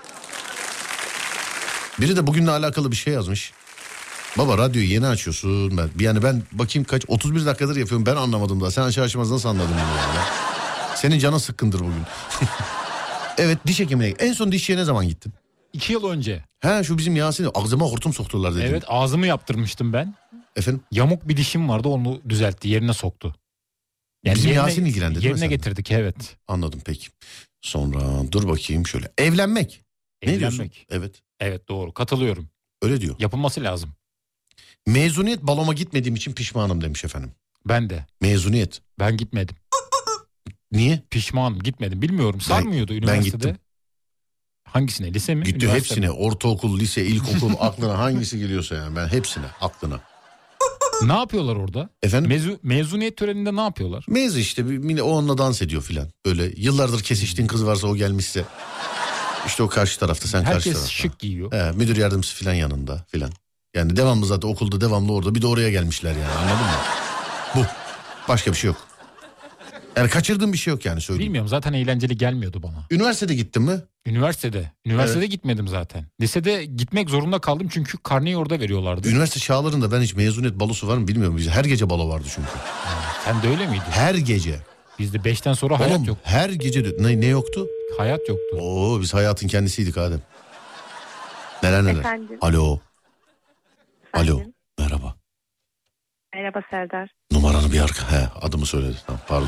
Biri de bugünle alakalı bir şey yazmış. Baba radyoyu yeni açıyorsun. Ben, yani ben bakayım kaç otuz bir dakikadır yapıyorum. Ben anlamadım daha. Sen aşağı açmaz nasıl anladın bunu yani? Senin canın sıkkındır bugün. Evet, diş hekimine. En son dişçiye ne zaman gittin? İki yıl önce. He, şu bizim Yasin'i ağzıma hortum soktular dedim. Evet, ağzımı yaptırmıştım ben. Efendim? Yamuk bir dişim vardı, onu düzeltti, yerine soktu. Bizim yerine, Yasin ilgilendi değil mi Yerine senden? getirdik, evet. Anladım, peki. Sonra dur bakayım şöyle. Evlenmek. Ne diyorsun? Evlenmek. Evet. Evet, doğru, katılıyorum. Öyle diyor. Yapılması lazım. Mezuniyet baloma gitmediğim için pişmanım demiş efendim. Ben de. Mezuniyet. Ben gitmedim. Niye? Pişmanım, gitmedim. Bilmiyorum, sarmıyordu ben üniversitede. gittim. Hangisine? Lise mi? Gitti Üniversite hepsine. mi? Ortaokul, lise, ilkokul aklına hangisi geliyorsa yani ben hepsine aklına. Ne yapıyorlar orada? Efendim? Mezu, mezuniyet töreninde ne yapıyorlar? Mevzu işte bir, o onunla dans ediyor filan. Böyle yıllardır kesiştiğin kız varsa o gelmişse. İşte o karşı tarafta sen karşı Herkes tarafta. şık giyiyor. He, müdür yardımcısı filan yanında filan. Yani devamlı zaten okulda devamlı orada bir de oraya gelmişler yani anladın mı? Bu. Başka bir şey yok. Yani kaçırdığım bir şey yok yani söyleyeyim. Bilmiyorum zaten eğlenceli gelmiyordu bana. Üniversitede gittin mi? Üniversitede. Üniversitede Evet. gitmedim zaten. Lisede gitmek zorunda kaldım çünkü karneyi orada veriyorlardı. Üniversite çağlarında ben hiç mezuniyet balosu var mı bilmiyorum. Bizde her gece balo vardı çünkü. Sen de öyle miydin? Her gece. Bizde beşten sonra hayat Oğlum yok. her gece de- ne, ne yoktu? Hayat yoktu. Oo biz hayatın kendisiydik Adem. Neler neler. Efendim? Alo. Alo. Efendim? Merhaba. Merhaba Serdar. Numaranı bir arka. He adımı söyledi. Tamam pardon.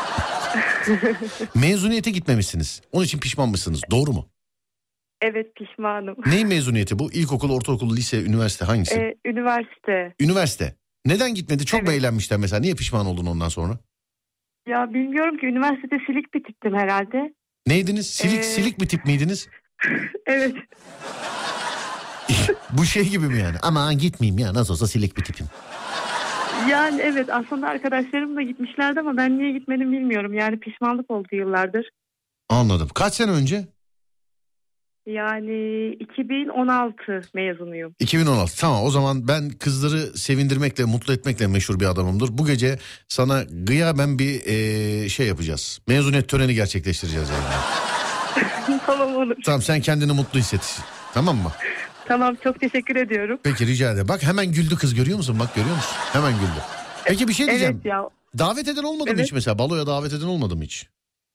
Mezuniyete gitmemişsiniz. Onun için pişman mısınız? Doğru mu? Evet pişmanım. Neyin mezuniyeti bu? İlkokul, ortaokul, lise, üniversite hangisi? Ee, üniversite. Üniversite. Neden gitmedi? Çok mu Evet. eğlenmişler mesela? Niye pişman oldun ondan sonra? Ya bilmiyorum ki üniversitede silik bir tiptim herhalde. Neydiniz? Silik Ee, silik bir tip miydiniz? Evet. Bu şey gibi mi yani? Aman gitmeyeyim ya nasıl olsa silik bir tipim. Yani evet aslında arkadaşlarım da gitmişlerdi ama ben niye gitmedim bilmiyorum. Yani pişmanlık oldu yıllardır. Anladım. Kaç sene önce? Yani iki bin on altı mezunuyum. iki bin on altı. Tamam o zaman ben kızları sevindirmekle, mutlu etmekle meşhur bir adamımdır. Bu gece sana gıyaben bir eee, şey yapacağız. Mezuniyet töreni gerçekleştireceğiz yani. Tamam olur. Tamam sen kendini mutlu hisset. Tamam mı? Tamam çok teşekkür ediyorum. Peki rica ederim. Bak hemen güldü kız görüyor musun? Bak görüyor musun? Hemen güldü. Peki bir şey diyeceğim. Evet ya. Davet eden olmadı mı Evet. hiç mesela? Baloya davet eden olmadı mı hiç?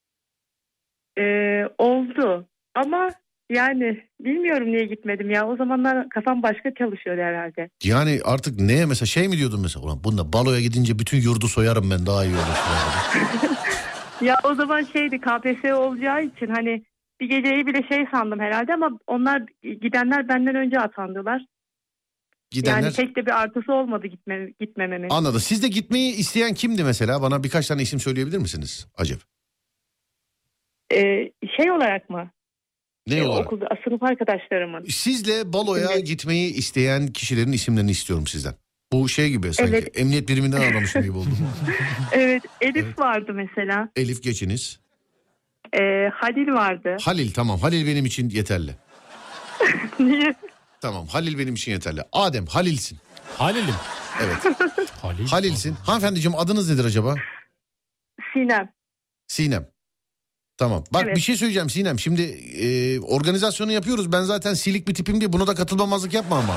Ee, oldu ama yani bilmiyorum niye gitmedim ya. O zamanlar kafam başka çalışıyordu herhalde. Yani artık neye mesela şey mi diyordun mesela? Ulan bunda baloya gidince bütün yurdu soyarım ben daha iyi olur. falan. Ya o zaman şeydi K P S S olacağı için hani bir geceyi bile şey sandım herhalde ama onlar gidenler benden önce atandılar. Gidenler Yani pek de bir artısı olmadı gitme, gitmememin. anladı. Siz de gitmeyi isteyen kimdi mesela? Bana birkaç tane isim söyleyebilir misiniz? Acep. Ee, şey olarak mı? Ne Ee, olarak? Okulda sınıf arkadaşlarımın. Sizle baloya Evet. gitmeyi isteyen kişilerin isimlerini istiyorum sizden. Bu şey gibi sanki Evet. emniyet biriminden aramışım gibi oldu. Evet Elif Evet. vardı mesela. Elif geçiniz. Ee, Halil vardı. Halil tamam. Halil benim için yeterli. Niye? Tamam Halil benim için yeterli. Adem Halil'sin. Halil'im. Evet. Halil. Halil'sin. Hanımefendiciğim adınız nedir acaba? Sinem. Sinem. Tamam. Bak Evet. bir şey söyleyeceğim Sinem. Şimdi e, organizasyonu yapıyoruz. Ben zaten silik bir tipim diye buna da katılmamazlık yapma ama.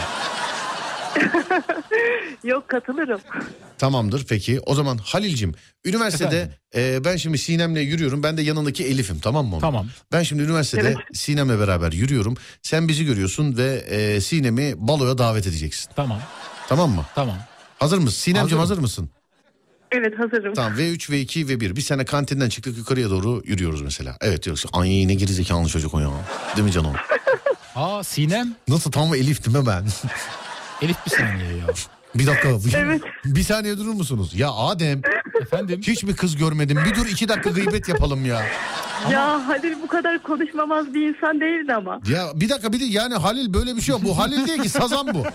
Yok katılırım. Tamamdır peki. O zaman Halil'cim üniversitede e, ben şimdi Sinem'le yürüyorum. Ben de yanındaki Elif'im tamam mı? Tamam. Ben şimdi üniversitede Evet. Sinem'le beraber yürüyorum. Sen bizi görüyorsun ve e, Sinem'i baloya davet edeceksin. Tamam. Tamam mı? Tamam. Hazır mısın? Sinem'cim Hazırım. hazır mısın? Evet hazırım. Tamam V üç, V iki, V bir. Biz seninle kantinden çıktık yukarıya doğru yürüyoruz mesela. Evet yoksa ay ne gerizekalı çocuk o ya. Değil mi canım? Aa Sinem. Nasıl tam Elif'tim he ben. Elif bir saniye ya. Bir dakika. Evet. Bir saniye durur musunuz? Ya Adem Efendim? hiç mi kız görmedim? Bir dur iki dakika gıybet yapalım ya. Ya Halil bu kadar konuşmamaz bir insan değildi ama. Ya bir dakika bir de yani Halil böyle bir şey yok. Bu Halil değil ki sazan bu.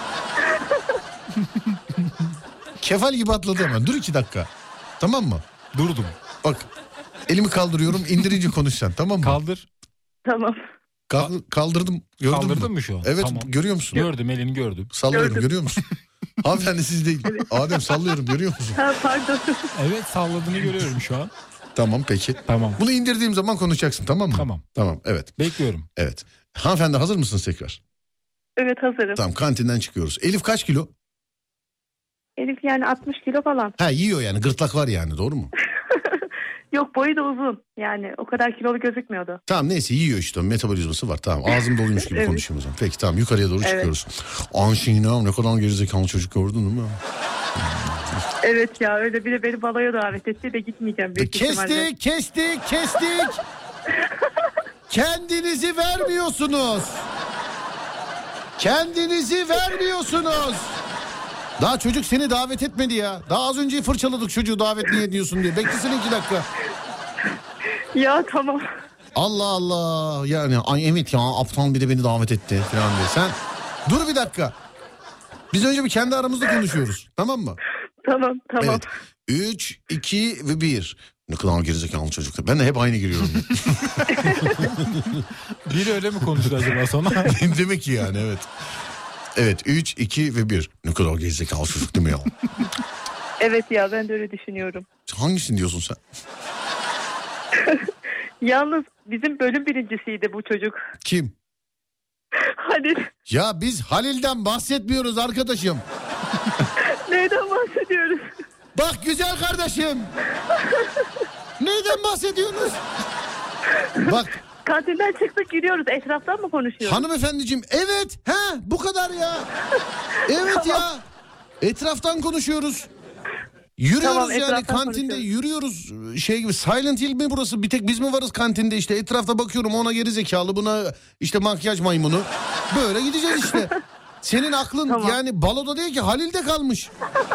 Kefal gibi atladı hemen. Dur iki dakika. Tamam mı? Durdum. Bak elimi kaldırıyorum indirince konuş sen tamam mı? Kaldır. Tamam. Kal- kaldırdım. Gördün Kaldırdın mü? mı şu an? Evet Tamam. görüyor musun? Gördüm elini gördüm. Sallıyorum Gördüm. görüyor musun? Hanımefendi siz değil. Adem sallıyorum görüyor musun? Ha, pardon. Evet salladığını görüyorum şu an. Tamam peki. Tamam. Bunu indirdiğim zaman konuşacaksın tamam mı? Tamam. Tamam evet. Bekliyorum. Evet. Hanımefendi hazır mısınız tekrar? Evet hazırım. Tamam kantinden çıkıyoruz. Elif kaç kilo? Elif yani altmış kilo falan. Ha yiyor yani gırtlak var yani doğru mu? Yok boyu da uzun. Yani o kadar kilolu gözükmüyordu. Tamam neyse yiyor işte metabolizması var tamam ağzım doluymuş gibi Evet. konuşuyorum o zaman. Peki tamam yukarıya doğru Evet. çıkıyoruz. Anşina ne kadar gerizekalı çocuk gördün değil mi? Evet ya öyle bir de beni baloya davet etti de gitmeyeceğim büyük ihtimalle. Kestik kestik kestik. Kendinizi vermiyorsunuz. Kendinizi vermiyorsunuz. Daha çocuk seni davet etmedi ya. Daha az önce fırçaladık çocuğu davet niye ediyorsun diye. Beklesin iki dakika. Ya tamam. Allah Allah. Yani ay evet ya aptal biri beni davet etti falan diye. Sen dur bir dakika. Biz önce bir kendi aramızda konuşuyoruz. Tamam mı? Tamam tamam. Evet. üç, iki ve bir. Ne kadar gerizekalı çocuk. Ben de hep aynı giriyorum. Biri öyle mi konuştu acaba sana? Demek ki yani evet. Evet üç, iki ve bir. Ne kadar gerizekalı çocuk değil mi ya? Evet ya ben de öyle düşünüyorum. Hangisini diyorsun sen? Yalnız bizim bölüm birincisiydi bu çocuk. Kim? Halil. Ya biz Halil'den bahsetmiyoruz arkadaşım. Neyden bahsediyoruz? Bak güzel kardeşim. Neyden bahsediyorsunuz? Bak. Kantinden çıktık gidiyoruz. Etraftan mı konuşuyoruz? Hanımefendiciğim evet. Ha bu kadar ya. Evet ya. Etraftan konuşuyoruz. Yürüyoruz Tamam, yani etraftan kantinde yürüyoruz. Şey gibi Silent Hill mi burası? Bir tek biz mi varız kantinde işte. Etrafta bakıyorum ona geri zekalı buna işte makyaj maymunu. Böyle gideceğiz işte. Senin aklın Tamam. yani baloda değil ki Halil'de kalmış.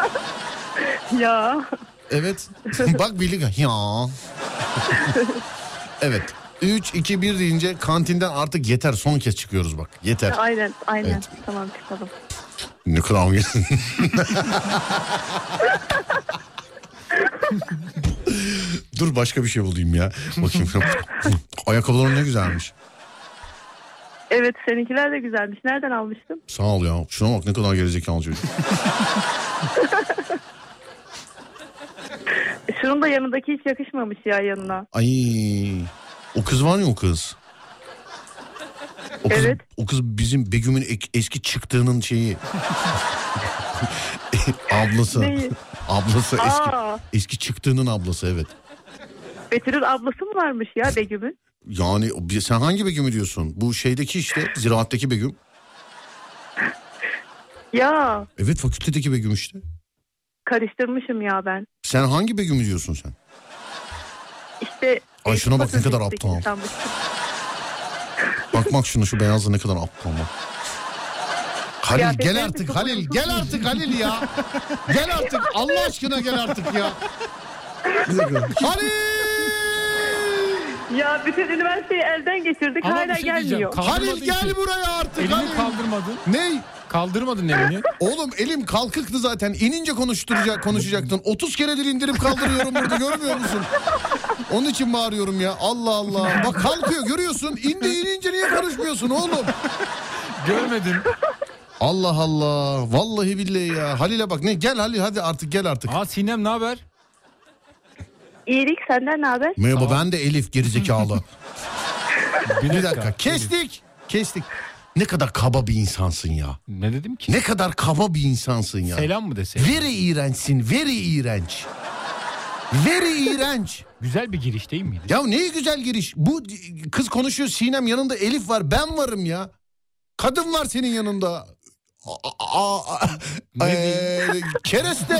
Ya. Evet. Bak bildik. Ya. Evet. üç, iki, bir deyince kantinden artık yeter. Son kez çıkıyoruz bak. Yeter. Aynen aynen. Evet. Tamam çıkalım. Ne kadar Dur başka bir şey bulayım ya. Bakayım. Ayakkabıların ne güzelmiş. Evet seninkiler de güzelmiş. Nereden almıştın? Sağ ol ya. Şuna bak ne kadar gerizekalı çocuk. Şunun da yanındaki hiç yakışmamış ya yanına. Ay. O kız var ya o kız. O kız, Evet. O kız bizim Begüm'ün ek- eski çıktığının şeyi. Ablası. Neyi? Ablası eski. Aa, Eski çıktığının ablası evet. Betül'ün ablası mı varmış ya Begüm'ün? Yani sen hangi Begüm'ü diyorsun? Bu şeydeki işte ziraatteki Begüm. Ya Evet fakültedeki Begüm işte. karıştırmışım ya ben. Sen hangi Begüm'ü diyorsun sen? İşte. Ay şuna bak ne kadar fakültesindeki aptal. sanmıştım. Bak bak şuna şu beyazlı ne kadar aptal bak. Halil Kıyafetleri gel de artık çok Halil uyumsuz. gel artık Halil ya. Gel artık Allah aşkına gel artık ya. Bir dakika. Halil! Ya bütün üniversiteyi elden geçirdik Ama hala bir şey diyeceğim. gelmiyor. Kaldırmadın Halil gel ki. buraya artık Elini Halil. kaldırmadın. Ney? Kaldırmadın elini. Oğlum elim kalkıktı zaten. İnince konuşturacak konuşacaktın. otuz keredir indirip kaldırıyorum burada görmüyor musun? Onun için bağırıyorum ya. Allah Allah. Bak kalkıyor görüyorsun. İndi inince niye konuşmuyorsun oğlum? Görmedim. Allah Allah. Vallahi billahi ya. Halil'e bak. Ne gel Halil hadi artık gel artık. Aa Sinem ne haber? İyilik senden ne haber? Merhaba ben de Elif gerizekalı. Bir Bir dakika kestik. Kestik. Ne kadar kaba bir insansın ya. Ne dedim ki? Ne kadar kaba bir insansın ya. Selam mı deseydim? Very iğrençsin. Very iğrenç. Very iğrenç. Güzel bir giriş değil miydi? Ya ne güzel giriş. Bu kız konuşuyor Sinem yanında Elif var ben varım ya. Kadın var senin yanında. Aa, aa, Ne ee, kereste.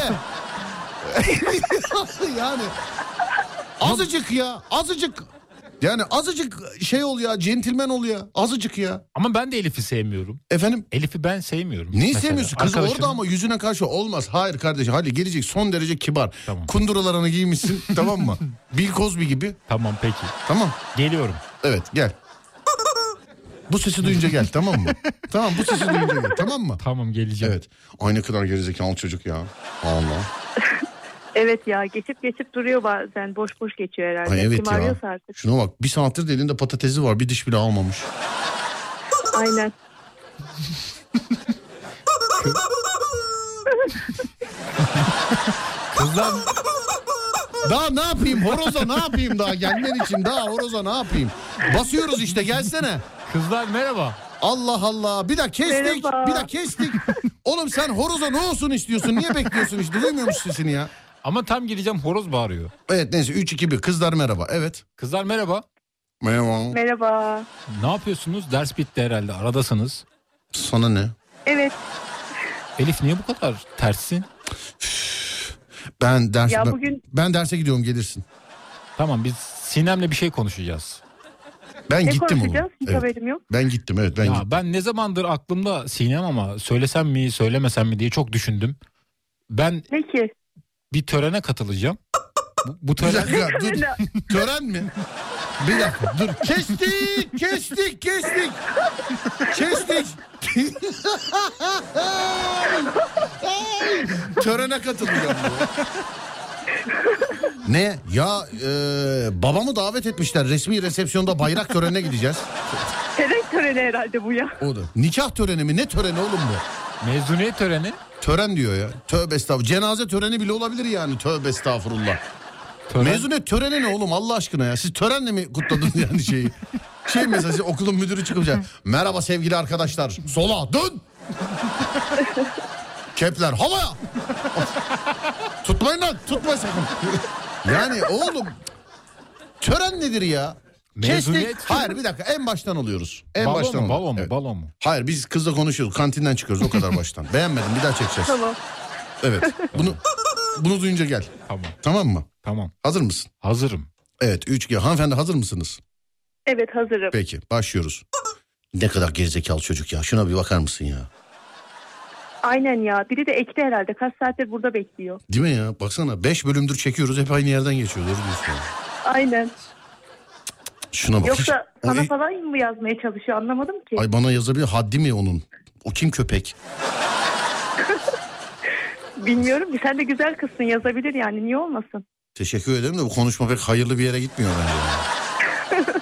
Yani azıcık ya azıcık. Yani azıcık şey ol ya centilmen ol ya azıcık ya. Ama ben de Elif'i sevmiyorum. Efendim? Elif'i ben sevmiyorum. Neyi mesela. sevmiyorsun? Kız Arkadaşım- orada ama yüzüne karşı olmaz. Hayır kardeşim hadi gelecek son derece kibar. Tamam. Kunduralarını giymişsin tamam mı? Bill Cosby gibi. Tamam peki. Tamam. Geliyorum. Evet gel. Bu sesi duyunca gel tamam mı? Tamam bu sesi duyunca gel tamam mı? Tamam geleceğim. Evet. Ay ne kadar gerizekalı çocuk ya. Allah. Evet ya geçip geçip duruyor bazen. Boş boş geçiyor herhalde. Ay evet Kim ya. arıyorsa artık. Şuna bak bir saattir de elinde patatesi var bir diş bile almamış. Aynen. Kızlar Daha ne yapayım horoza ne yapayım daha gelmen için daha horoza ne yapayım? Basıyoruz işte gelsene. kızlar merhaba. Allah Allah bir dakika kestik Merhaba. bir dakika kestik. Oğlum sen horoza ne olsun istiyorsun niye bekliyorsun işte duymuyor musun sesini ya? Ama tam gireceğim horoz bağırıyor. Evet neyse üç iki bir kızlar merhaba evet. Kızlar merhaba. Merhaba. Merhaba. Ne yapıyorsunuz? Ders bitti herhalde. Aradasınız. Sana ne? Evet. Elif niye bu kadar terssin? Ben ders Ya ben, bugün- ben derse gidiyorum gelirsin. Tamam biz Sinem'le bir şey konuşacağız. Ben Ne gittim konuşacağız? oğlum. Hiç Evet. haberim yok. Ben gittim evet ben ya gittim. ben ne zamandır aklımda Sinem ama söylesem mi söylemesem mi diye çok düşündüm. Ben Ne ki? bir törene katılacağım. Bu, bu Bir tören dakika dur. Tören mi? Bir dakika dur. Kestik, kestik, kestik. Kestik. Törene katılacağım diyor. Ne? Ya e, babamı davet etmişler. Resmi resepsiyonda bayrak törenine gideceğiz. Terek töreni herhalde bu ya. O da. Nikah töreni mi? Ne töreni oğlum bu? Mezuniyet töreni. Tören diyor ya. Tövbe estağfurullah. Cenaze töreni bile olabilir yani. Tövbe estağfurullah. Tören. Mezuniyet töreni ne oğlum Allah aşkına ya? Siz törenle mi kutladınız yani şeyi? Şey mesela okulun müdürü çıkınca merhaba sevgili arkadaşlar. Sola dön. Kepler havaya. Tutmayın lan tutma sakın. Yani oğlum tören nedir ya? Mezuniyet. Kestik. Hayır bir dakika en baştan alıyoruz. En Balo baştan mu? alıyoruz. Balo mu? Evet. Balo mu? Hayır biz kızla konuşuyoruz. Kantinden çıkıyoruz o kadar baştan. Beğenmedim bir daha çekeceğiz. Tamam. Evet. Bunu bunu duyunca gel. Tamam. Tamam mı? Tamam. Hazır mısın? Hazırım. Evet üç G. Hanımefendi hazır mısınız? Evet hazırım. Peki başlıyoruz. Ne kadar gerizekalı çocuk ya. Şuna bir bakar mısın ya? Aynen ya. Biri de ekti herhalde. Kaç saattir burada bekliyor. Değil mi ya? Baksana beş bölümdür çekiyoruz. Hep aynı yerden geçiyor. Doğru diyorsun. Ya. Aynen. Şuna bak. Yoksa Hiç- sana o- falan mı yazmaya çalışıyor anlamadım ki. Ay bana yazabilir. Haddi mi onun? O kim köpek? Bilmiyorum ki sen de güzel kızsın yazabilir yani niye olmasın. Teşekkür ederim de bu konuşma pek hayırlı bir yere gitmiyor bence. Yani.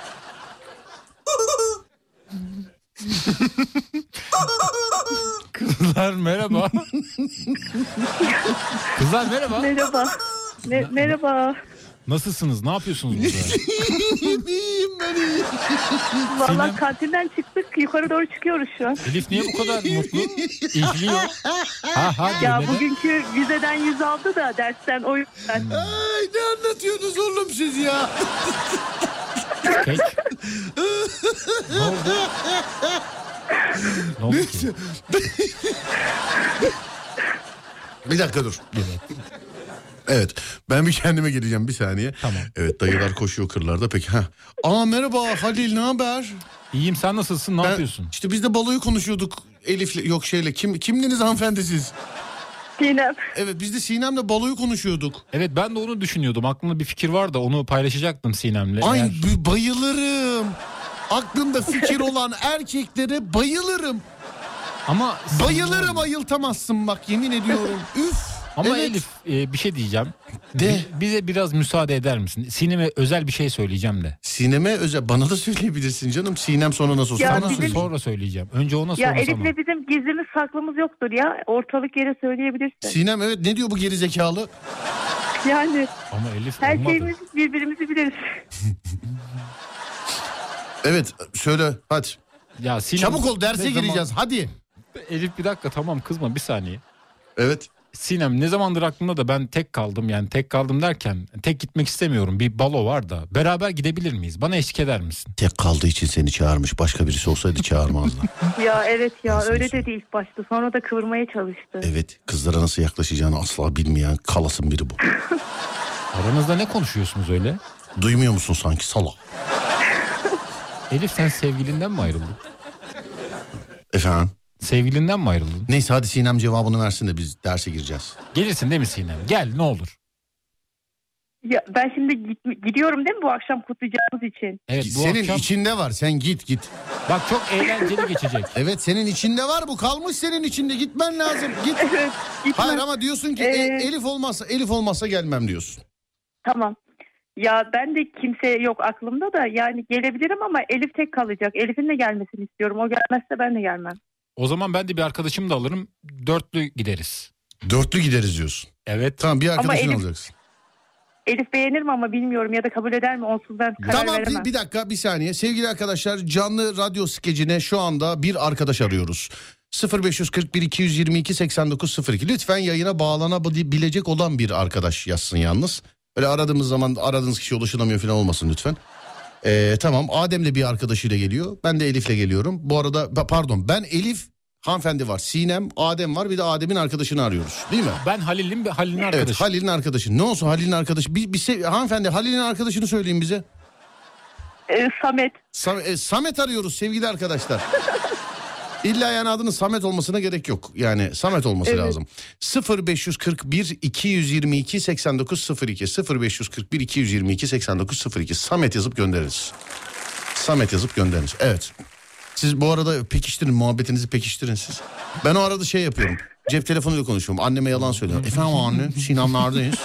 Kızlar merhaba. Kızlar merhaba. Merhaba. Me- merhaba. Nasılsınız? Ne yapıyorsunuz burada? İyiyim ben iyiyim. Vallahi Sinem- kantinden çıktık yukarı doğru çıkıyoruz şu an. Elif niye bu kadar mutlu? İzliyor. Ha ha. Ya dinle de. bugünkü vizeden yüz aldı da dersten o yüzden. Ay ne anlatıyorsunuz oğlum siz ya? Peki. Ne oldu? Ne oldu ki? Bir dakika dur. Evet ben bir kendime geleceğim bir saniye. Tamam. Evet dayılar koşuyor kırlarda peki. Heh. Aa merhaba Halil ne haber? İyiyim sen nasılsın? Ne Ben- yapıyorsun? İşte biz de baloyu konuşuyorduk Elif'le yok şeyle. Kim kimdiniz hanımefendi siz? Sinem. Evet biz de Sinem'le baloyu konuşuyorduk. Evet ben de onu düşünüyordum. Aklımda bir fikir var da onu paylaşacaktım Sinem'le. Ay Eğer- b- bayılırım. Aklımda fikir olan erkeklere bayılırım. Ama Bayılırım ayıltamazsın bak yemin ediyorum. Üf. Ama Evet. Elif e, bir şey diyeceğim. De. Bi- Bize biraz müsaade eder misin? Sinem'e özel bir şey söyleyeceğim de. Sinem'e özel bana da söyleyebilirsin canım. Sinem sonra nasıl olsa Ya bana Sonra, bizim- söyle. sonra söyleyeceğim. Önce ona Ya sonra sana. Elif'le bizim gizlimiz saklımız yoktur ya. Ortalık yere söyleyebilirsin. Sinem evet ne diyor bu geri zekalı? Yani Ama Elif her olmadı. şeyimiz birbirimizi biliriz. Evet söyle hadi. Ya Sinem, Çabuk ol derse ne zaman- gireceğiz hadi. Elif bir dakika tamam kızma bir saniye. Evet. Sinem ne zamandır aklımda da ben tek kaldım yani tek kaldım derken tek gitmek istemiyorum. Bir balo var da beraber gidebilir miyiz? Bana eşlik eder misin? Tek kaldığı için seni çağırmış. Başka birisi olsaydı çağırmazdı. Ya evet ya Nasıl öyle mesela? dedi ilk başta. Sonra da kıvırmaya çalıştı. Evet kızlara nasıl yaklaşacağını asla bilmeyen kalasın biri bu. Aranızda ne konuşuyorsunuz öyle? Duymuyor musun sanki salak? Elif sen sevgilinden mi ayrıldın? Efendim? Sevgilinden mi ayrıldın? Neyse hadi Sinem cevabını versin de biz derse gireceğiz. Gelirsin değil mi Sinem? Gel ne olur. Ya ben şimdi git- gidiyorum değil mi bu akşam kutlayacağımız için? Evet bu senin akşam içinde var sen git git. bak çok eğlenceli geçecek. Evet senin içinde var bu kalmış senin içinde gitmen lazım git. Evet. gitmem. Hayır ama diyorsun ki Ee, "E, Elif olmazsa Elif olmazsa gelmem diyorsun. Tamam. Ya ben de kimse yok aklımda da yani gelebilirim ama Elif tek kalacak. Elif'in de gelmesini istiyorum. O gelmezse ben de gelmem. O zaman ben de bir arkadaşımı da alırım. Dörtlü gideriz. Dörtlü gideriz diyorsun. Evet. Tamam bir arkadaşını Elif- alacaksın. Elif beğenir mi ama bilmiyorum ya da kabul eder mi onsuz ben karar Tamam veremem. bir, bir dakika bir saniye. Sevgili arkadaşlar canlı radyo skecine şu anda bir arkadaş arıyoruz. sıfır beş kırk bir iki yüz yirmi iki seksen dokuz sıfır iki lütfen yayına bağlanabilecek olan bir arkadaş yazsın yalnız. Öyle aradığımız zaman aradığınız kişi ulaşılamıyor falan olmasın lütfen. Ee, tamam Adem'le bir arkadaşıyla geliyor. Ben de Elif'le geliyorum. Bu arada pardon ben Elif hanımefendi var. Sinem Adem var bir de Adem'in arkadaşını arıyoruz değil mi? Ben Halil'in Halil'in Evet arkadaşı. Halil'in arkadaşı. Ne olsun Halil'in arkadaşı? Bir, bir se- hanımefendi Halil'in arkadaşını söyleyin bize. Ee, Samet. Sam- e, Samet arıyoruz sevgili arkadaşlar. İlla yani adının Samet olmasına gerek yok. Yani Samet olması Evet. lazım. sıfır beş kırk bir iki yüz yirmi iki seksen dokuz sıfır iki sıfır beş kırk bir iki yüz yirmi iki seksen dokuz sıfır iki Samet yazıp gönderiniz. Samet yazıp gönderiniz. Evet. Siz bu arada pekiştirin, muhabbetinizi pekiştirin siz. Ben o arada şey yapıyorum. Cep telefonuyla konuşuyorum. Anneme yalan söylüyorum. Efendim anne, Sinanlardayız.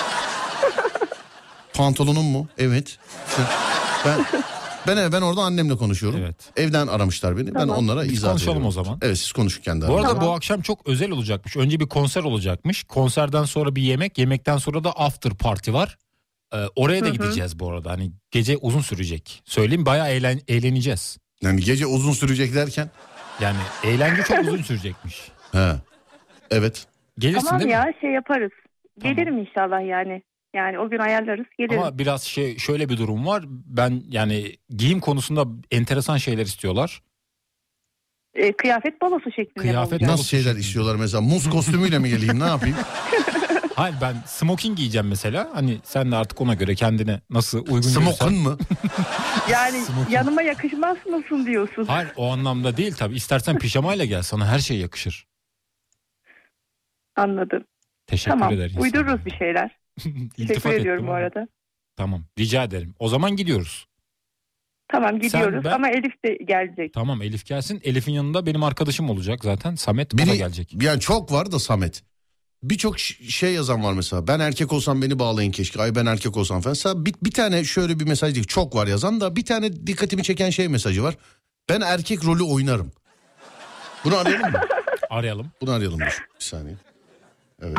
Pantolonun mu? Evet. Ben ben ben orada annemle konuşuyorum. Evet. Evden aramışlar beni. Tamam. Ben onlara Biz izah konuşalım ediyorum. o zaman. Evet, siz konuşun kendi Bu arada aranızda. bu akşam çok özel olacakmış. Önce bir konser olacakmış. Konserden sonra bir yemek. Yemekten sonra da after party var. Ee, oraya da Hı hı. gideceğiz bu arada. Hani gece uzun sürecek. Söyleyeyim bayağı eğlen, eğleneceğiz. Yani gece uzun sürecek derken. Yani eğlence çok uzun sürecekmiş. He. Evet. Gelirsin Tamam değil mi? ya şey yaparız. Tamam. Gelirim inşallah yani. Yani o gün ayarlarız gelirim. Ama biraz şey şöyle bir durum var. Ben yani giyim konusunda enteresan şeyler istiyorlar. E, kıyafet balosu şeklinde mi Kıyafet olacak? Nasıl şeyler istiyorlar mesela? Muz kostümüyle mi geleyim, ne yapayım? Hayır ben smoking giyeceğim mesela. Hani sen de artık ona göre kendine nasıl uygun Smokin görürsen. mı? Yani Smoking. yanıma yakışmaz mısın diyorsun. Hayır o anlamda değil tabii. İstersen pijamayla gel, sana her şey yakışır. Anladım. Teşekkür Tamam ederim. uydururuz bir şeyler. Teşekkür ediyorum bu arada. Tamam rica ederim. O zaman gidiyoruz. Tamam gidiyoruz ben- ama Elif de gelecek. Tamam Elif gelsin. Elif'in yanında benim arkadaşım olacak zaten. Samet o da Biri, gelecek. yani çok var da Samet. Birçok ş- şey yazan var mesela. Ben erkek olsam beni bağlayın keşke. Ay ben erkek olsam falan. Mesela bir, bir tane şöyle bir mesaj değil. Çok var yazan da bir tane dikkatimi çeken şey mesajı var. Ben erkek rolü oynarım. Bunu arayalım mı? Arayalım. Bunu arayalım dur. Bir saniye. Evet.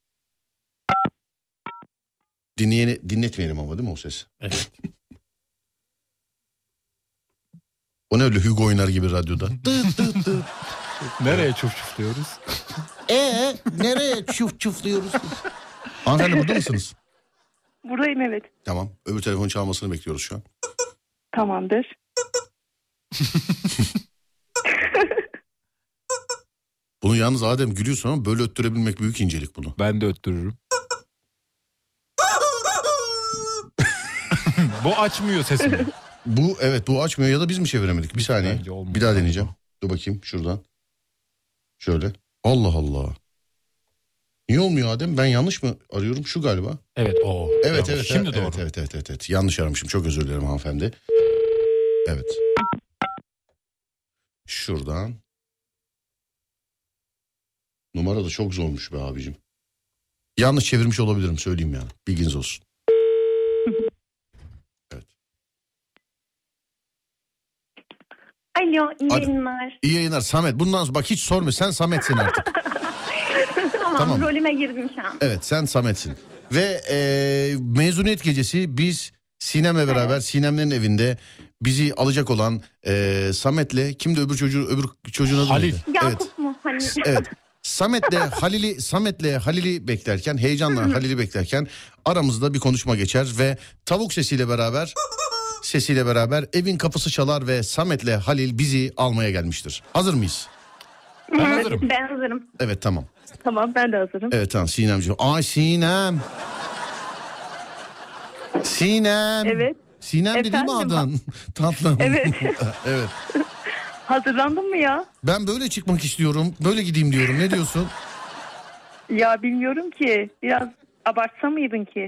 Dinleyeni dinletmeyelim ama değil mi o ses? Evet. O ne öyle Hugo oynar gibi radyoda. Dıt dıt dıt. Nereye çuf çufluyoruz? Ee nereye çuf çufluyoruz? Hanımefendi burada mısınız? Buradayım evet. Tamam. Öbür telefon çalmasını bekliyoruz şu an. Tamamdır. Bunu yalnız Adem gülüyorsun ama böyle öttürebilmek büyük incelik bunu. Ben de öttürürüm. Bu açmıyor sesini. Bu evet bu açmıyor ya da biz mi çeviremedik? Bir saniye. Bence olmadı. Bir daha deneyeceğim. Dur bakayım şuradan. Şöyle. Allah Allah. Niye olmuyor Adem? Ben yanlış mı arıyorum? Şu galiba. Evet o. Evet Doğru. evet. Şimdi evet, doğru. Evet, evet evet evet evet. Yanlış aramışım. Çok özür dilerim hanımefendi. Evet. Şuradan. Numara da çok zormuş be abicim. Yanlış çevirmiş olabilirim söyleyeyim yani. Bilginiz olsun. Evet. Alo, iyi Alo. yayınlar. İyi yayınlar Samet. Bundan sonra bak hiç sorma. Sen Samet'sin artık. Tamam, Tamam. rolüme girdim şu an. Evet sen Samet'sin. Ve e, mezuniyet gecesi biz Sinem'le beraber Sinem'lerin evinde bizi alacak olan e, Samet'le kimdi öbür çocuğu öbür çocuğun adı Halil. neydi? Evet. Yakup mu? Hani Evet. Samet'le Halil'i Samet'le Halil'i beklerken heyecanla Halil'i beklerken aramızda bir konuşma geçer ve tavuk sesiyle beraber sesiyle beraber evin kapısı çalar ve Samet'le Halil bizi almaya gelmiştir. Hazır mıyız? Ben hazırım. ben hazırım. Evet tamam. Tamam ben de hazırım. Evet tamam Sinemciğim. Ay Sinem. Sinem. Evet. Sinem dedi değil mi Efendim? adın? Tatlım. Evet. Evet. Hazırlandın mı ya? Ben böyle çıkmak istiyorum. Böyle gideyim diyorum. Ne diyorsun? Ya bilmiyorum ki. Biraz abartsa mıydın ki?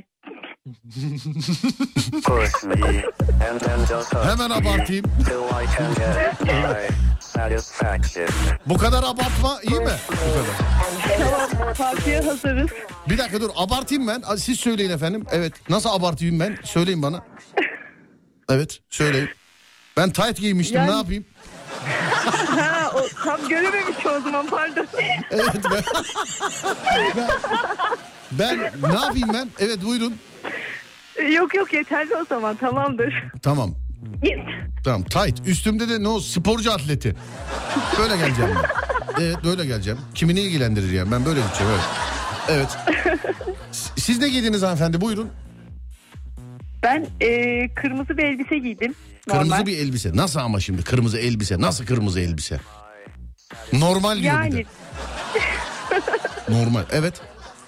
Push me and then just touch Hemen abartayım. till I can get my satisfaction. Bu kadar abartma iyi mi? Tamam partiye hazırız. Bir dakika dur abartayım ben. Siz söyleyin efendim. Evet. Nasıl abartayım ben? Söyleyin bana. Evet söyleyin. Ben tight giymiştim Yani- ne yapayım? Ha o tam görememiş o zaman pardon. Evet ben... ben... Ben ne yapayım ben? Evet buyurun. Yok yok yeterli o zaman tamamdır. Tamam. Tamam tight. Üstümde de ne o sporcu atleti. Böyle geleceğim ben. Evet böyle geleceğim. Kimi ne ilgilendirir yani ben böyle gideceğim evet. Evet. S- Siz ne giydiniz hanımefendi buyurun. Ben e, kırmızı bir elbise giydim. Normal. Kırmızı bir elbise. Nasıl ama şimdi kırmızı elbise? Nasıl kırmızı elbise? Normal diyor bir de. Yani Normal evet.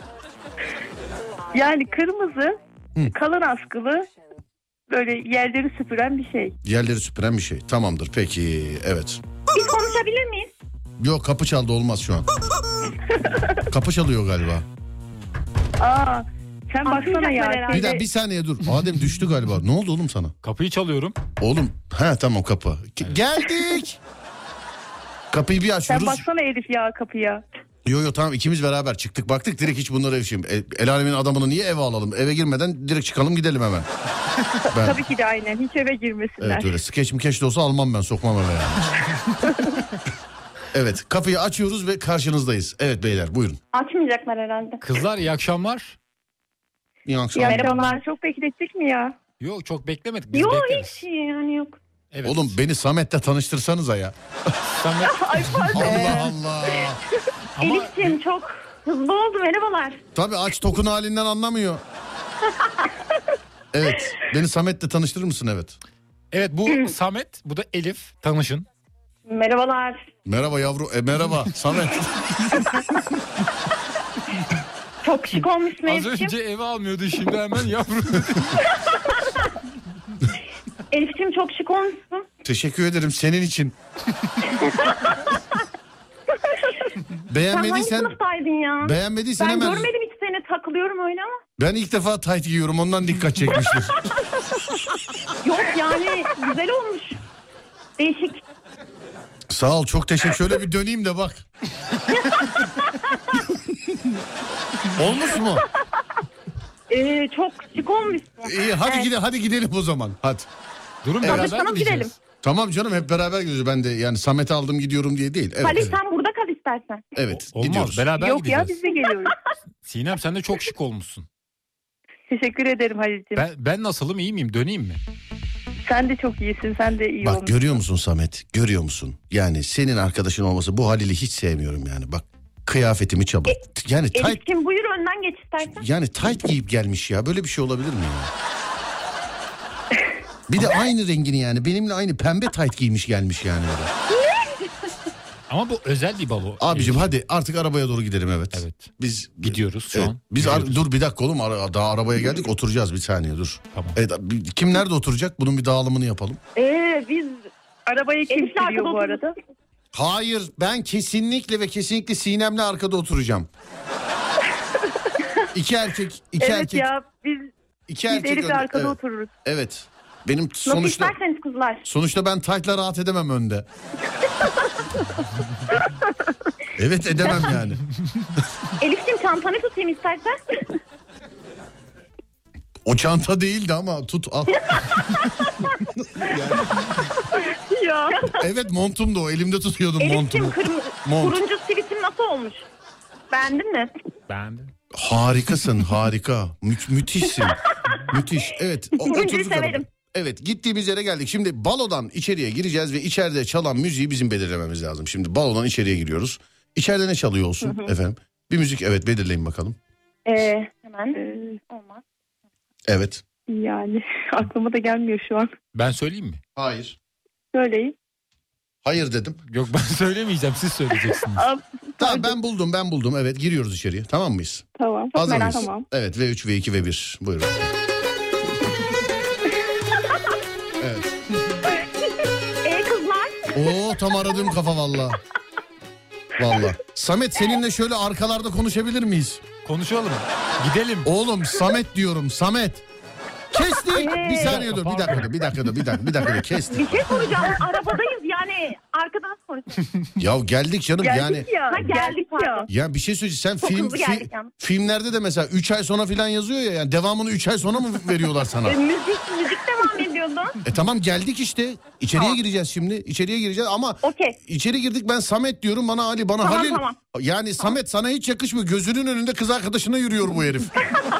yani kırmızı Hı. kalın askılı böyle yerleri süpüren bir şey. Yerleri süpüren bir şey. Tamamdır peki evet. Biz konuşabilir miyiz? Yok, kapı çaldı, olmaz şu an. Kapı çalıyor galiba. Aa, sen baksana Atmayacaklar ya. herhalde. Bir daha bir saniye dur. Adem düştü galiba. Ne oldu oğlum sana? Kapıyı çalıyorum. Oğlum, he tamam kapı. Ge- Geldik. Kapıyı bir Sen açıyoruz. baksana Elif ya kapıya. Yo yo tamam, ikimiz beraber çıktık baktık, direkt hiç bunları ev şimdi. El, el alemin adamını niye eve alalım? Eve girmeden direkt çıkalım gidelim hemen. Ben, Tabii ki de aynen. Hiç eve girmesinler. evet öyle skeç mi keş de olsa almam ben, sokmam eve yani. Evet, kapıyı açıyoruz ve karşınızdayız. Evet beyler buyurun. Açmayacaklar herhalde. Kızlar iyi akşamlar. İyi akşamlar. Ya merhabalar. Çok beklettik mi ya? Yok çok beklemedik. Biz Yok bekleriz. hiç yani yok. Evet. Oğlum beni Samet'le tanıştırsanıza ya. Samet, Ay pardon. Allah Allah. ama Elif'ciğim çok hızlı oldu, merhabalar. Tabii aç tokun halinden anlamıyor. Evet, beni Samet'le tanıştırır mısın? Evet. evet bu Samet, bu da Elif. Tanışın. Merhabalar. Merhaba yavru. E, merhaba Samet. Çok şık olmuşsun Az Elif'ciğim. önce eve almıyordu, şimdi hemen yavrum. Elif'ciğim çok şık olmuşsun. Teşekkür ederim senin için. Sen hangi Beğenmediysen sınıftaydın ya? beğenmediysen Ben hemen. görmedim hiç seni, takılıyorum öyle ama. Ben ilk defa tayt giyiyorum, ondan dikkat çekmiştir. Yok yani güzel olmuş. Değişik. Sağ ol, çok teşekkür. Şöyle bir döneyim de bak. Olmuş mu? Ee, çok şık olmuşsun. İyi hadi Evet. gidelim, hadi gidelim o zaman. Hadi. Durun Evet. beraber Tanışalım, mi gideceğiz? gidelim. Tamam canım, hep beraber gidiyoruz. Ben de yani Samet'i aldım gidiyorum diye değil. Evet. Halil Evet. sen burada kal istersen. Evet, Olmaz, gidiyoruz. beraber Yok gideceğiz. ya biz de geliyoruz. Sinem sen de çok şık olmuşsun. Teşekkür ederim Halil'ciğim. Ben, ben nasılım, iyi miyim, döneyim mi? Sen de çok iyisin. Sen de iyi Bak olmuşsun. görüyor musun Samet? Görüyor musun? Yani senin arkadaşın olması, bu Halil'i hiç sevmiyorum yani. Bak kıyafetimi çabuk. Yani tight, Elif'ciğim buyur önden geç istersen. yani tight giyip gelmiş ya. Böyle bir şey olabilir mi ya? Bir de aynı rengini yani. Benimle aynı pembe tight giymiş gelmiş yani. Öyle. Ama bu özel bir balo. Abicim Elif. hadi artık arabaya doğru gidelim, evet. Evet. Biz Gidiyoruz şu evet, an. Biz ar- Gidiyoruz. dur bir dakika oğlum, ara- daha arabaya geldik, oturacağız bir saniye dur. Tamam. Evet, bir- kim nerede oturacak? Bunun bir dağılımını yapalım. Ee, biz Arabayı kim Elif'le sürüyor arkada bu arada? Hayır, ben kesinlikle ve kesinlikle Sinem'le arkada oturacağım. İki erkek, iki Evet erkek, ya biz, iki biz erkek. Elif'le önde. arkada evet. otururuz. Evet. Benim nasıl sonuçta isterseniz kızlar. sonuçta ben tight'la rahat edemem önde. Evet edemem yani. Elif'ciğim çantanı tutayım istersen. O çanta değildi ama tut al. Ya. Evet montum da o, elimde tutuyordum Elif'ciğim montumu. kırmızı, Mont. turuncu sivitin nasıl olmuş? Beğendin mi? Beğendim. Harikasın, harika. Mü- müthişsin. Müthiş. Evet. o- Turuncuyu oturduk severim. arabaya. Evet, gittiğimiz yere geldik. Şimdi balodan içeriye gireceğiz ve içeride çalan müziği bizim belirlememiz lazım. Şimdi balodan içeriye giriyoruz. İçeride ne çalıyor olsun efendim? Bir müzik, evet, belirleyin bakalım. Ee, hemen. Ee, Olmaz. Evet. yani aklıma da gelmiyor şu an. Ben söyleyeyim mi? Hayır. Söyleyin. Hayır dedim. Yok ben söylemeyeceğim, siz söyleyeceksiniz. Aa, Tamam, ben buldum ben buldum. Evet, giriyoruz içeriye. Tamam mıyız? tamam. Hazır merak- mıyız? Tamam. Evet, V üç, V iki, V bir. Buyurun. Evet. Ee kızlar. Oo, tam aradığım kafa valla. Valla. Samet, seninle şöyle arkalarda konuşabilir miyiz? Konuşalım. Gidelim. Oğlum Samet diyorum, Samet. Kestik. Ee, Bir saniye dur, bir dakika dur, bir dakika dur, bir dakika, bir dakika dur, kestik. Bir şey soracağım. Arabadayız yani. Arkada nasıl konuşuyoruz? Ya geldik canım Geldik yani. ya. Ha, geldik geldik ya. pardon. Ya bir şey söyleyeceğim, sen Çok film hızlı fi- geldik yani. filmlerde de mesela üç ay sonra falan yazıyor ya, yani devamını üç ay sonra mı veriyorlar sana? Ee, müzik, müzik devam ediyordu. E tamam, geldik işte. İçeriye Tamam. gireceğiz şimdi. İçeriye gireceğiz ama Okey. içeri girdik, ben Samet diyorum, bana Ali, bana Tamam, Halil. tamam. Yani Samet sana hiç yakışmıyor. Gözünün önünde kız arkadaşına yürüyor bu herif.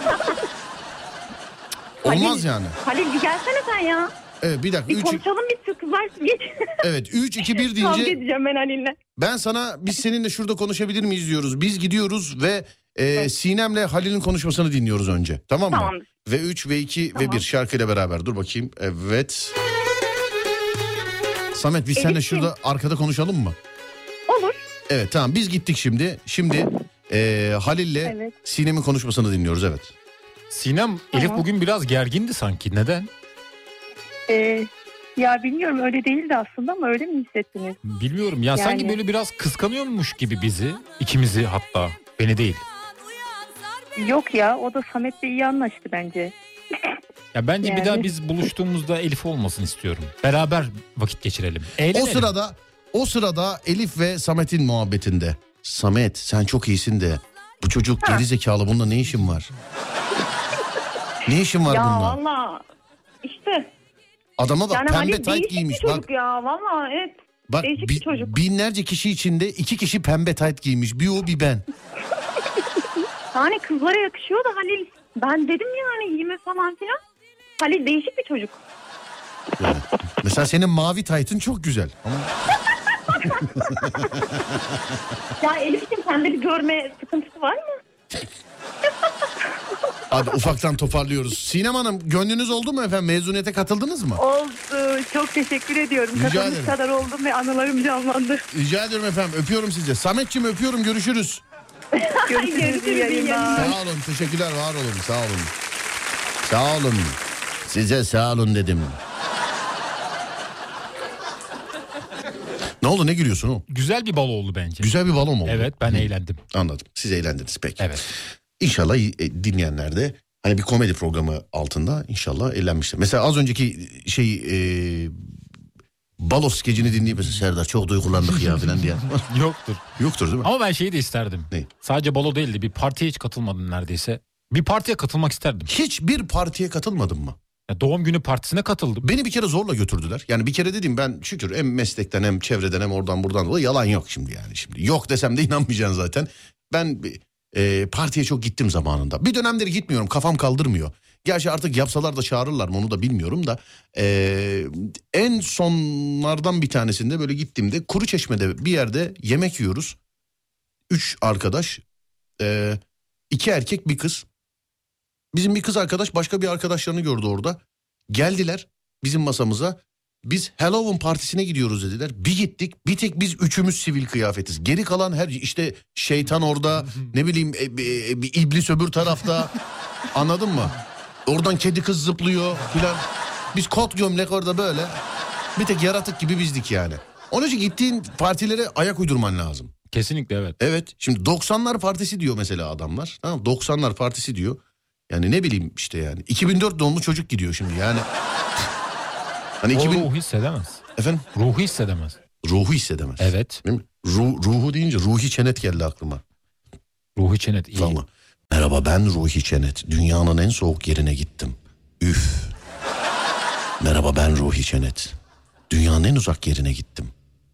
Olmaz Halil. yani. Halil bir gelsene sen ya. Evet bir dakika. Bir Üç, konuşalım biz şu kızlar geç. evet üç iki bir Kavga deyince edeceğim ben Halil'le. ben sana biz seninle şurada konuşabilir miyiz diyoruz. Biz gidiyoruz ve e, Sinem'le Halil'in konuşmasını dinliyoruz önce. Tamam mı? Tamamdır. Ve üç, ve iki, Tamam. ve bir şarkıyla beraber. Dur bakayım. Evet. Samet biz seninle Elif'ciğim. şurada arkada konuşalım mı? Olur. Evet tamam, biz gittik şimdi. Şimdi e, Halil'le Evet. Sinem'in konuşmasını dinliyoruz, evet. Sinem, Elif bugün biraz gergindi sanki. Neden? Ee, Ya bilmiyorum öyle değildi aslında ama öyle mi hissettiniz? Bilmiyorum ya, Yani- sanki böyle biraz kıskanıyormuş gibi bizi, ikimizi hatta, beni değil. Yok ya, o da Samet'le iyi anlaştı bence. Ya bence Yani- bir daha biz buluştuğumuzda Elif olmasın istiyorum. Beraber vakit geçirelim. O Eğlenelim. sırada o sırada Elif ve Samet'in muhabbetinde. Samet sen çok iyisin de bu çocuk geri zekalı, bunda ne işin var? Ne işin var Ya bunda? valla işte. Adama bak, Yani pembe Halil tayt değişik giymiş bir bak. çocuk ya valla evet. Bak değişik bi- bir çocuk. binlerce kişi içinde iki kişi pembe tayt giymiş. Bir o bir ben. Yani kızlara yakışıyor da Halil. Ben dedim yani giyme falan filan. Halil değişik bir çocuk. Yani. Mesela senin mavi taytın çok güzel. Ama Ya Elif'ciğim sende bir görme sıkıntısı var mı? hadi ufaktan toparlıyoruz. Sinem Hanım, gönlünüz oldu mu efendim? Mezuniyete katıldınız mı? Oldu. Çok teşekkür ediyorum. Rica Katılmış ederim. kadar oldum ve anılarım canlandı. Rica ediyorum efendim. Öpüyorum sizi. Sametciğim öpüyorum. Görüşürüz. Görüşürüz. iyi yayınlar. Sağ olun. Teşekkürler. Var olun. Sağ olun. Sağ olun. Size sağ olun dedim. Ne oldu? Ne gülüyorsun o? Güzel bir balo oldu bence. Güzel bir balon mu oldu? Evet, ben Hı. eğlendim. Anladım. Siz eğlendiniz peki. Evet. İnşallah e, dinleyenler de hani bir komedi programı altında inşallah eğlenmiştir. Mesela az önceki şey e, balo skecini dinleyip mesela Serdar çok duygulandık ya falan diye. Yoktur. Yoktur değil mi? Ama ben şeyi de isterdim. Ne? Sadece balo değildi. Bir partiye hiç katılmadım neredeyse. Bir partiye katılmak isterdim. Hiçbir partiye katılmadın mı? Ya doğum günü partisine katıldım. Beni bir kere zorla götürdüler. Yani bir kere dedim ben şükür hem meslekten hem çevreden hem oradan buradan dolayı yalan yok şimdi yani. Şimdi yok desem de inanmayacaksın zaten. Ben e, partiye çok gittim zamanında. Bir dönemleri gitmiyorum, kafam kaldırmıyor. Gerçi artık yapsalar da çağırırlar mı onu da bilmiyorum da. E, en sonlardan bir tanesinde böyle gittiğimde Kuruçeşme'de bir yerde yemek yiyoruz. Üç arkadaş, e, iki erkek bir kız. Bizim bir kız arkadaş başka bir arkadaşlarını gördü orada. Geldiler bizim masamıza. Biz Halloween partisine gidiyoruz dediler. Bir gittik, bir tek biz üçümüz sivil kıyafetiz. Geri kalan her işte şeytan orada, ne bileyim e, e, bir iblis öbür tarafta. Anladın mı? Oradan kedi kız zıplıyor filan. Biz kot gömlek orada böyle. Bir tek yaratık gibi bizdik yani. Onun için gittiğin partilere ayak uydurman lazım. Kesinlikle evet. Evet, şimdi doksanlar partisi diyor mesela adamlar. Tamam, doksanlar partisi diyor. Yani ne bileyim işte yani. iki bin dört doğumlu çocuk gidiyor şimdi yani. Hani O iki bin... ruhu hissedemez. Efendim? Ruhu hissedemez. Ruhu hissedemez. Evet. Değil mi? Ruh, ruhu deyince Ruhi Çenet geldi aklıma. Ruhi Çenet iyi. Tamam. Merhaba, ben Ruhi Çenet. Dünyanın en soğuk yerine gittim. Üf. Merhaba, ben Ruhi Çenet. Dünyanın en uzak yerine gittim.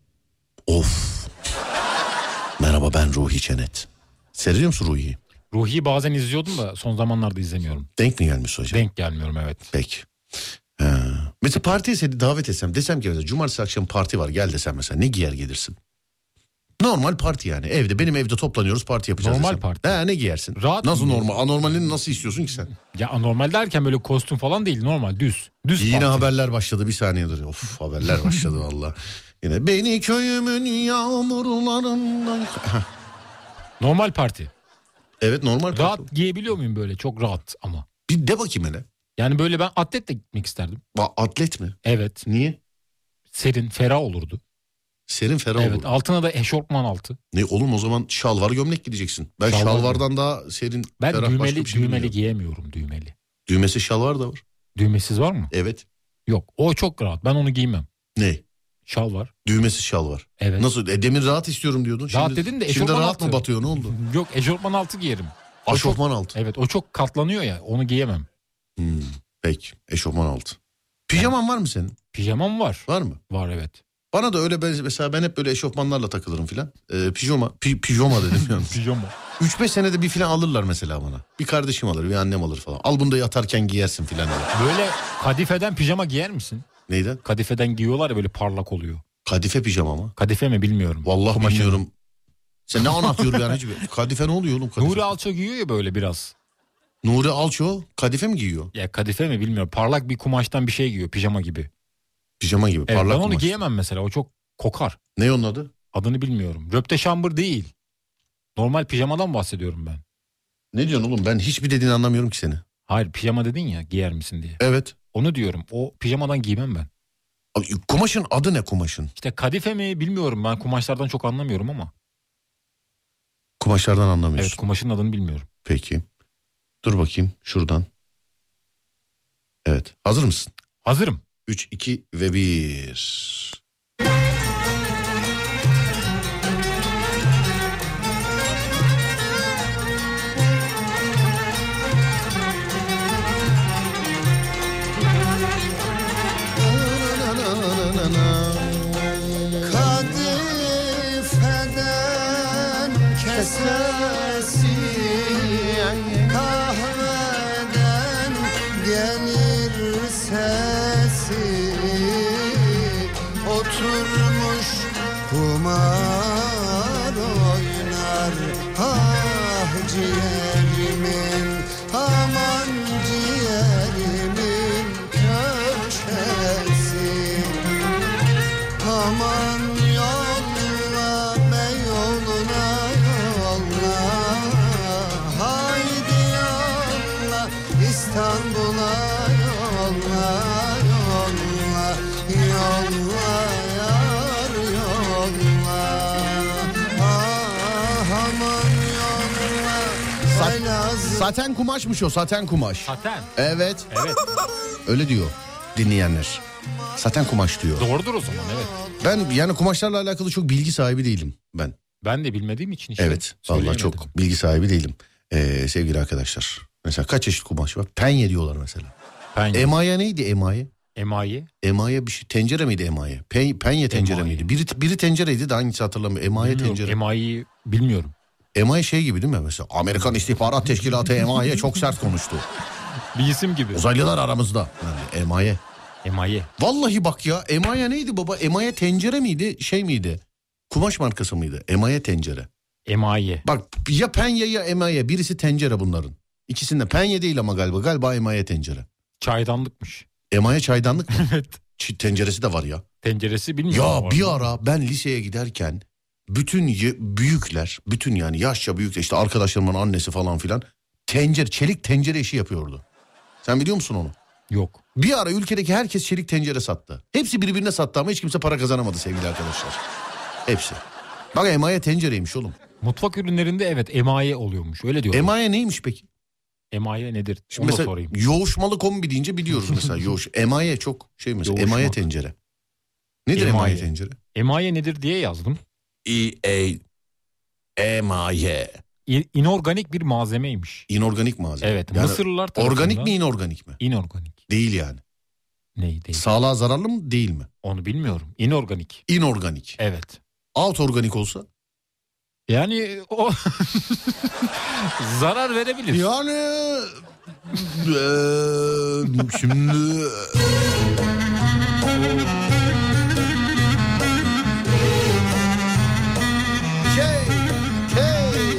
Of. Merhaba, ben Ruhi Çenet. Seyrediyor musun Ruhi'yi? Ruhi'yi bazen izliyordum da son zamanlarda izlemiyorum. Denk mi gelmiş hocam? Denk gelmiyorum evet. Peki. Ha. Mesela partiye seni davet etsem, desem ki mesela cumartesi akşam parti var gel desem mesela, ne giyer gelirsin? Normal parti yani, evde, benim evde toplanıyoruz parti yapacağız Normal desem. parti. Ha, ne giyersin? Rahat nasıl mı? normal? Anormalini nasıl istiyorsun ki sen? Ya anormal derken böyle kostüm falan değil, normal düz. Düz Yine parti. haberler başladı, bir saniye dur. Of, haberler başladı valla. Yine beni köyümün yağmurlarından... Heh. Normal parti. Evet, normal parti. Rahat giyebiliyor muyum böyle, çok rahat ama. Bir de bakayım hele. Yani böyle ben atletle gitmek isterdim. Ba- Atlet mi? Evet. Niye? Serin, ferah olurdu. Serin ferah Evet, olur. altına da eşofman altı. Ne oğlum, o zaman şalvar gömlek gideceksin. Ben Şalvar şalvardan daha serin Ben ferah başka düğmeli bir şey düğmeli bilmiyorum. giyemiyorum, düğmeli. Düğmesi şalvar da var. Düğmesiz var mı? Evet. Yok, o çok rahat. Ben onu giymem. Ne? Şal var. Düğmesi şalvar. Evet. Nasıl? E, demin rahat istiyorum diyordun. Rahat Şimdi, dedin de Şimdi eşofman rahat altı. mı batıyor, ne oldu? Yok, eşofman altı giyerim. O çok- Eşofman altı. Evet, o çok katlanıyor ya, onu giyemem. Hmm, peki, eşofman altı. Pijaman var mı senin? Pijamam var. Var mı? Var evet. Bana da öyle, ben- mesela ben hep böyle eşofmanlarla takılırım filan. Ee, pijama, pi, pijama dedim yani. Pijama. üç beş senede bir filan alırlar mesela bana. Bir kardeşim alır, bir annem alır falan. Al bunu da yatarken giyersin filan diye. Böyle kadifeden pijama giyer misin? Neyden? Kadifeden giyiyorlar ya, böyle parlak oluyor. Kadife pijama mı? Kadife mi bilmiyorum. Vallahi Kumaşın- bilmiyorum. Sen ne anlatıyorsun yani hiç? Kadife ne oluyor oğlum? Kadife? Nuri Alço giyiyor ya böyle biraz. Nuri Alço kadife mi giyiyor? Ya kadife mi bilmiyorum. Parlak bir kumaştan bir şey giyiyor, pijama gibi. Pijama gibi, Evet, parlak ben onu kumaş. giyemem mesela, o çok kokar. Ne onun adı? Adını bilmiyorum. Röpte şambır değil. Normal pijamadan bahsediyorum ben. Ne diyorsun oğlum? Ben hiçbir dediğini anlamıyorum ki seni. Hayır, pijama dedin ya, giyer misin diye. Evet. Onu diyorum. O pijamadan giymem ben. Kumaşın adı ne kumaşın? İşte kadife mi bilmiyorum, ben kumaşlardan çok anlamıyorum ama. Kumaşlardan anlamıyorsun. Evet, kumaşın adını bilmiyorum. Peki. Dur bakayım şuradan. Evet, hazır mısın? Hazırım. üç, iki ve bir. Kadifeden kesesi, kahveden gelir sesi, oturmuş kumar oynar, ah ciğerimin, aman ciğerimin köşesi. Aman yolla be yoluna yolla, haydi yolla İstanbul'a yolla, yolla, yolla yar yolla. Ah aman yolla Elazığ. Saten kumaşmış o, saten kumaş. Saten. Evet. Evet. Öyle diyor dinleyenler. Saten kumaş diyor. Doğrudur o zaman, evet. Ben yani kumaşlarla alakalı çok bilgi sahibi değilim ben. Ben de bilmediğim için işte. Evet. Vallahi çok bilgi sahibi değilim. Ee, sevgili arkadaşlar. Mesela kaç çeşit kumaş var? Penye diyorlar mesela. Penye. Emaye neydi emaye? Emaye. Emaye bir şey. Tencere miydi emaye? Pen, penye tencere Emaye. miydi? Biri, biri tencereydi de hangisi hatırlamıyorum. Emaye Bilmiyorum, tencere. Emaye'yi bilmiyorum. Emaye şey gibi değil mi mesela? Amerikan İstihbarat Teşkilatı emaye çok sert konuştu. Bir isim gibi. Uzaylılar aramızda. Yani emaye. Emaye. Vallahi bak ya, emaye neydi baba? Emaye tencere miydi, şey miydi? Kumaş markası mıydı? Emaye tencere. Emaye. Bak ya penye ya emaye, birisi tencere bunların. İkisinden penye değil ama galiba. Galiba emaye tencere. Çaydanlıkmış. Emaye çaydanlık mı? Evet. Ç- tenceresi de var ya. Tenceresi bilmiyorum. Ya bir ara ben liseye giderken bütün ye- büyükler, bütün yani yaşça büyükler, işte arkadaşlarımın annesi falan filan tencere, çelik tencere işi yapıyordu. Sen biliyor musun onu? Yok. Bir ara ülkedeki herkes çelik tencere sattı. Hepsi birbirine sattı ama hiç kimse para kazanamadı sevgili arkadaşlar. Hepsi. Bak emaye tencereymiş oğlum. Mutfak ürünlerinde evet emaye oluyormuş. Öyle diyorlar. Emaye neymiş peki? Emaye nedir? Şimdi Onu da mesela sorayım. yoğuşmalı kombi deyince biliyoruz mesela. Yoğuş. Emaye çok şey mesela. Yoğuşmak. Emaye tencere. Nedir emaye, Emaye. tencere? Emaye nedir diye yazdım. E-A emaye. İ- İnorganik bir malzemeymiş. İnorganik malzeme. Evet. Yani Mısırlılar tarafından. organik mi inorganik mi? İnorganik. Değil yani. Ney değil. Sağlığa zararlı mı değil mi? Onu bilmiyorum. İnorganik. İnorganik. Evet. Alt organik olsa? Yani o zarar verebilir. Yani eee, şimdi şey, hey.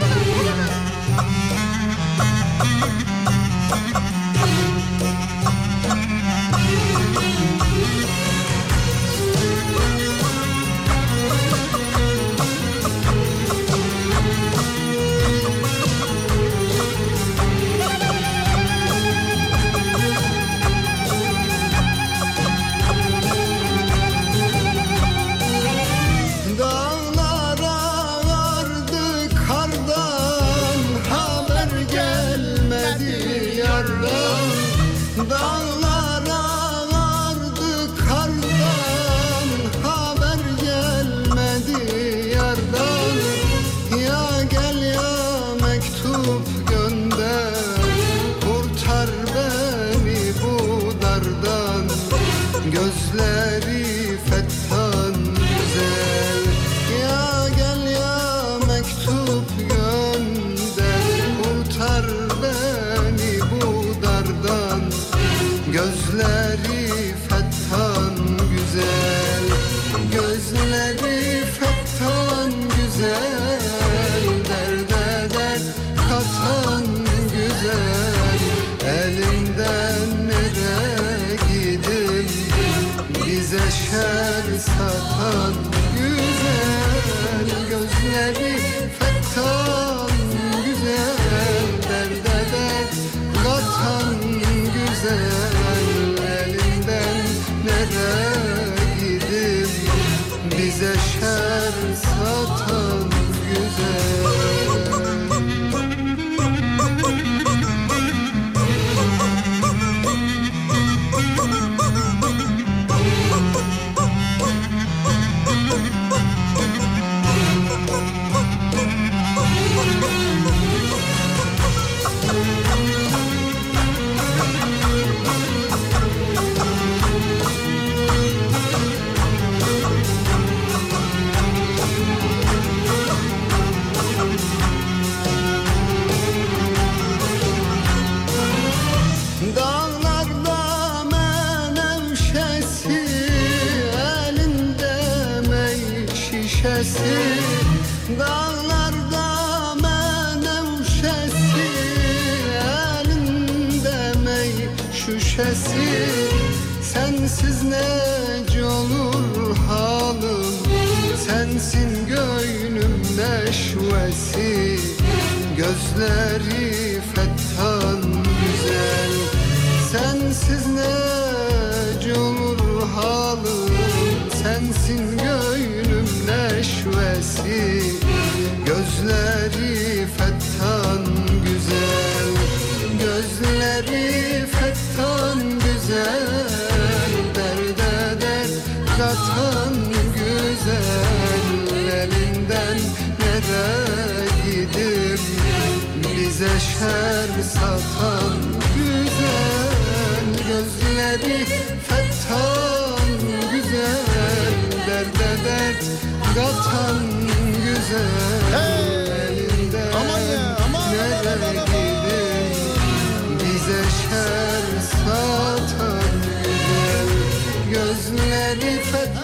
Dağlara vardı kardan, haber gelmedi yardan. Dağlara vardı kardan, haber gelmedi yardan. Ya gel ya mektup gönder, kurtar beni bu dardan. Gözleri fettan güzel, ya gel ya mektup gönder, kurtar beni bu dardan. Gözleri fettan güzel, gözleri fettan güzel, derde dert katan güzel. Elinden nereye gidim, bize şer satan güzel. Gözleri fettan güzel, derde dert katan güzel. Elinden nereye neşesi, sensiz nece olur halim. Sensin gönlüm neşvesi, gözleri fettan güzel. Sensiz nece olur halim, sensin gönlüm neşvesi, gözleri fettan güzel. Gözleri fettan güzel, derde dert katan güzel. Elinden nereye gidir, bize şer satan güzel. Gözleri fettan güzel, derde dert katan güzel. Elinden Aman ya, aman. nereye gidir, bize şer satan güzel. Gözleri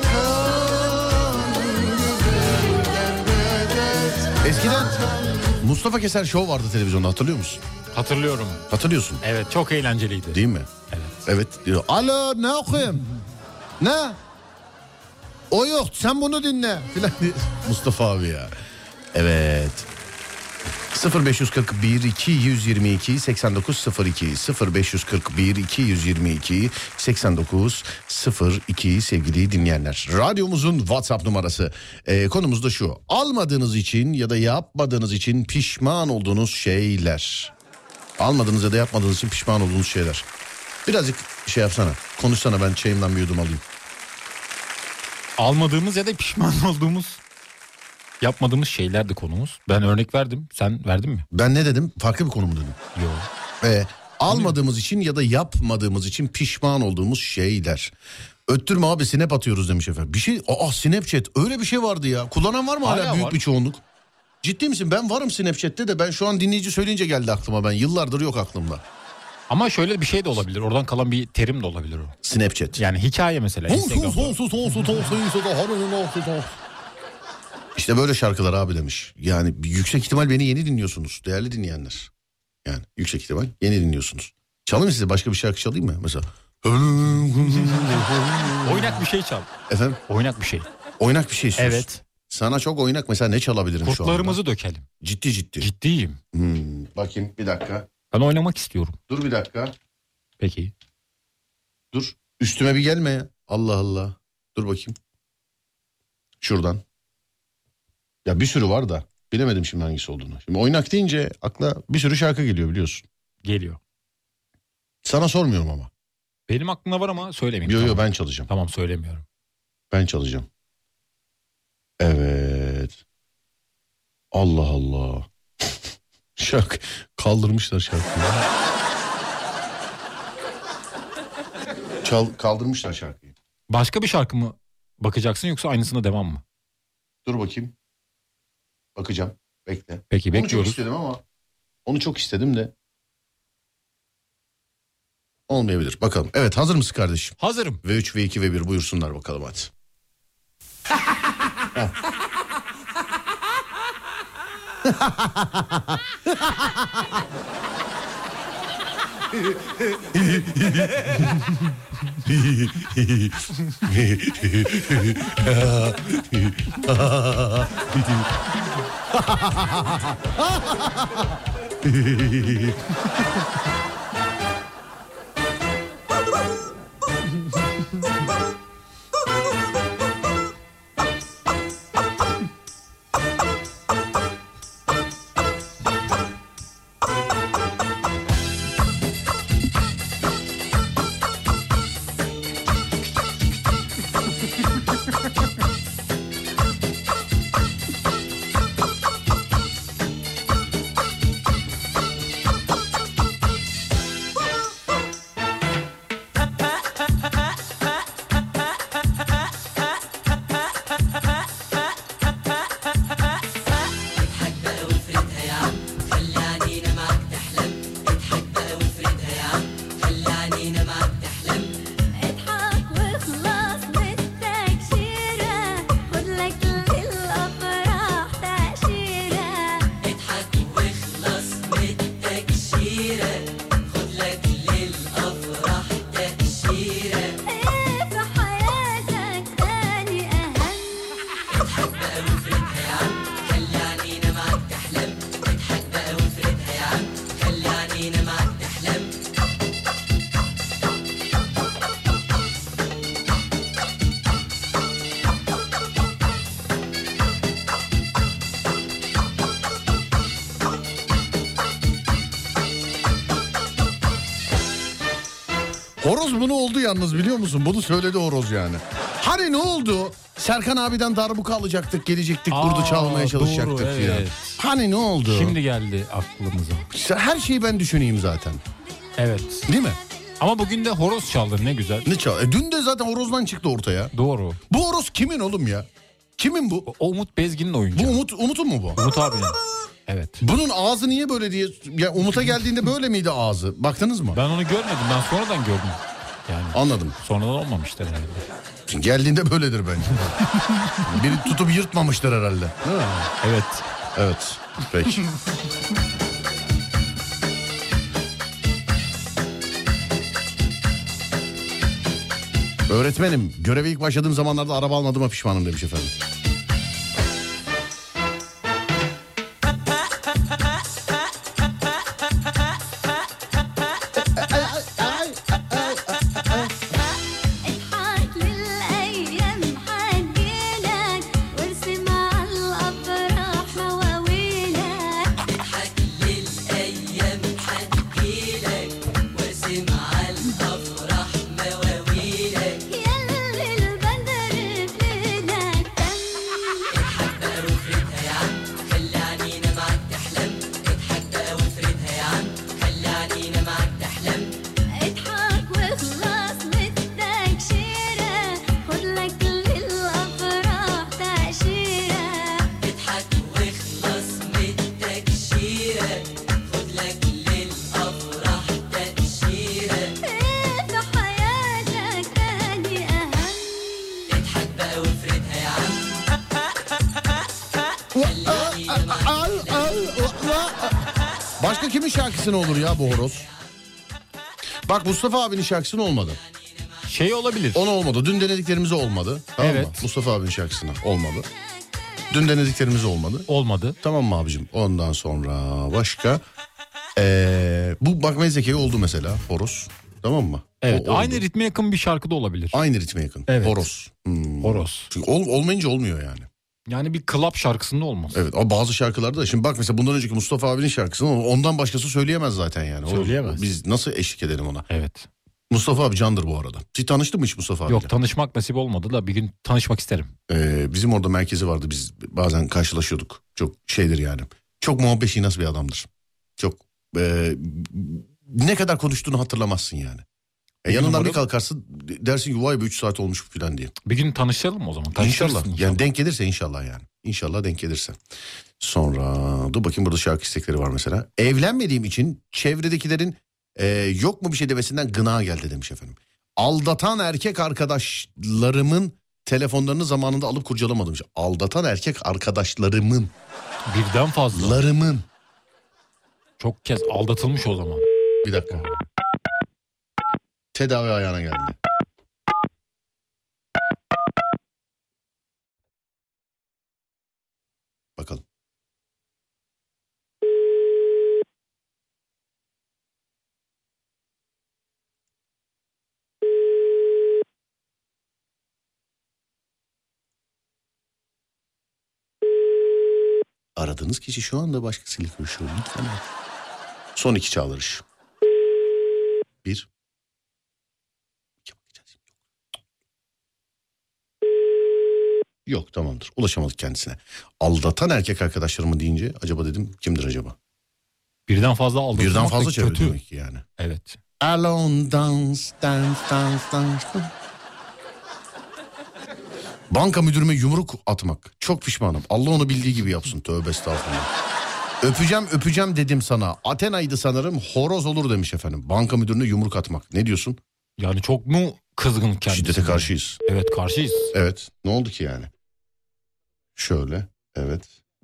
fettan güzel, derde dert. Eskiden Mustafa Keser Show vardı televizyonda, hatırlıyor musun? Hatırlıyorum. Hatırlıyorsun. Evet, çok eğlenceliydi. Değil mi? Evet. Evet diyor. Alo, ne okuyayım? Ne? O yok, sen bunu dinle filan diye. Mustafa abi ya. Evet. sıfır beş kırk bir iki yüz yirmi iki seksen dokuz sıfır iki sıfır beş kırk bir iki yüz yirmi iki seksen dokuz sıfır iki sevgili dinleyenler. Radyomuzun WhatsApp numarası. Ee, konumuz da şu. Almadığınız için ya da yapmadığınız için pişman olduğunuz şeyler. Almadığınız ya da yapmadığınız için pişman olduğunuz şeyler. Birazcık şey yapsana. Konuşsana, ben çayımdan bir yudum alayım. Almadığımız ya da pişman olduğumuz, yapmadığımız şeylerdi konumuz. Ben örnek verdim. Sen verdin mi? Ben ne dedim? Farklı bir konu mu dedim? Yok. Ee, almadığımız için ya da yapmadığımız için pişman olduğumuz şeyler. Öttürme abi, snap atıyoruz demiş efendim. Bir şey, aa Snapchat, öyle bir şey vardı ya. Kullanan var mı hala, Hala büyük var. bir çoğunluk? Ciddi misin? Ben varım Snapchat'te de, ben şu an dinleyici söyleyince geldi aklıma ben. Yıllardır yok aklımda. Ama şöyle bir şey de olabilir. Oradan kalan bir terim de olabilir o. Snapchat. Yani hikaye mesela. Instagram'da. İşte böyle şarkılar abi demiş. Yani yüksek ihtimal beni yeni dinliyorsunuz değerli dinleyenler. Yani yüksek ihtimal yeni dinliyorsunuz. Çalayım size, başka bir şarkı çalayım mı? Mesela. Oynak bir şey çal. Efendim? Oynak bir şey. Oynak bir şey istiyorsun. Evet. Sana çok oynak mesela ne çalabilirim şu anda? Kurtlarımızı dökelim. Ciddi ciddi. Ciddiyim. Hmm, bakayım bir dakika. Ben oynamak istiyorum. Dur bir dakika. Peki. Dur. Üstüme bir gelme ya. Allah Allah. Dur bakayım. Şuradan. Ya bir sürü var da bilemedim şimdi hangisi olduğunu. Şimdi oynak deyince akla bir sürü şarkı geliyor biliyorsun. Geliyor. Sana sormuyorum ama. Benim aklımda var ama söylemeyeyim. Yo yo Tamam. ben çalacağım. Tamam, söylemiyorum. Ben çalacağım. Evet. Allah Allah. Şarkı kaldırmışlar şarkıyı. Çal, kaldırmışlar şarkıyı. Başka bir şarkı mı bakacaksın yoksa aynısına devam mı? Dur bakayım. Bakacağım. Bekle. Peki, Onu çok bekliyoruz. istedim ama onu çok istedim de olmayabilir. Bakalım. Evet, hazır mısın kardeşim? Hazırım. V üç, V iki, V bir buyursunlar bakalım hadi. Horoz bunu oldu yalnız, biliyor musun? Bunu söyledi horoz yani. Hani ne oldu? Serkan abiden darbuka alacaktık, gelecektik, Aa, burada çalmaya çalışacaktık doğru, ya. evet. Hani ne oldu? Şimdi geldi aklımıza. Her şeyi ben düşüneyim zaten. Evet. Değil mi? Ama bugün de horoz çaldın, ne güzel. Ne çal? E, dün de zaten horozdan çıktı ortaya. Doğru. Bu horoz kimin oğlum ya? Kimin bu? O Umut Bezgin'in oyuncağı. Bu Umut, Umut'un mu bu? Umut abinin. Evet. Bunun ağzı niye böyle diye... Ya Umut'a geldiğinde böyle miydi ağzı? Baktınız mı? Ben onu görmedim. Ben sonradan gördüm. Yani Anladım. sonradan olmamıştır herhalde. Çünkü geldiğinde böyledir bence. Biri tutup yırtmamıştır herhalde. Değil mi? Evet. Evet. Peki. Öğretmenim, göreve ilk başladığım zamanlarda araba almadığıma pişmanım demiş efendim. Başka kimin şarkısı ne olur ya bu horoz? Bak Mustafa abinin şarkısını olmadı. Şey olabilir. Onu olmadı. Dün denediklerimiz olmadı. Tamam Evet. mı? Mustafa abinin şarkısına olmadı. Dün denediklerimiz olmadı. Olmadı. Tamam mı abicim? Ondan sonra başka. Ee, bu bak Mezzeke'ye oldu mesela horoz. Tamam mı? Evet. O oldu. Aynı ritme yakın bir şarkı da olabilir. Aynı ritme yakın. Evet. Horoz. Hmm. Horoz. Çünkü ol, olmayınca olmuyor yani. Yani bir club şarkısında olmaz. Evet, ama bazı şarkılarda da şimdi bak mesela bundan önceki Mustafa abinin şarkısını ondan başkası söyleyemez zaten yani. O- Söyleyemez. Biz nasıl eşlik edelim ona? Evet. Mustafa abi candır bu arada. Siz tanıştın mı hiç Mustafa abiyle? Yok, tanışmak nasip olmadı da bir gün tanışmak isterim. Ee, bizim orada merkezi vardı, biz bazen karşılaşıyorduk. Çok şeydir yani. Çok muhabbeti nasıl bir adamdır. Çok e, ne kadar konuştuğunu hatırlamazsın yani. E, yanından umarım- bir kalkarsın dersin ki vay be üç saat olmuş falan diye. Bir gün tanışalım o zaman. İnşallah. Tanışırsın Yani denk gelirse inşallah yani. İnşallah denk gelirse. Sonra dur bakayım, burada şarkı istekleri var mesela. Evlenmediğim için çevredekilerin e, yok mu bir şey demesinden gına geldi demiş efendim. Aldatan erkek arkadaşlarımın telefonlarını zamanında alıp kurcalamadım. Aldatan erkek arkadaşlarımın. Birden fazla. Larımın. Çok kez aldatılmış o zaman. Bir dakika. Tedavi ayağına geldi. Bakalım. Aradığınız kişi şu anda başkasıyla görüşüyor. Lütfen. Son iki çağrış. Bir. Yok, tamamdır. Ulaşamadık kendisine. Aldatan erkek arkadaşlarımı deyince acaba dedim kimdir acaba? Birden fazla aldatılmak Birden da fazla çevre kötü. demek ki yani. Evet. Alone dance dance dance dance. Banka müdürüme yumruk atmak. Çok pişmanım. Allah onu bildiği gibi yapsın. Tövbe estağfurullah. Öpeceğim öpeceğim dedim sana. Athena'ydı sanırım, horoz olur demiş efendim. Banka müdürüne yumruk atmak. Ne diyorsun? Yani çok mu kızgın kendisi? Şiddete karşıyız. Evet, karşıyız. Evet. Ne oldu ki yani? Şöyle. Evet.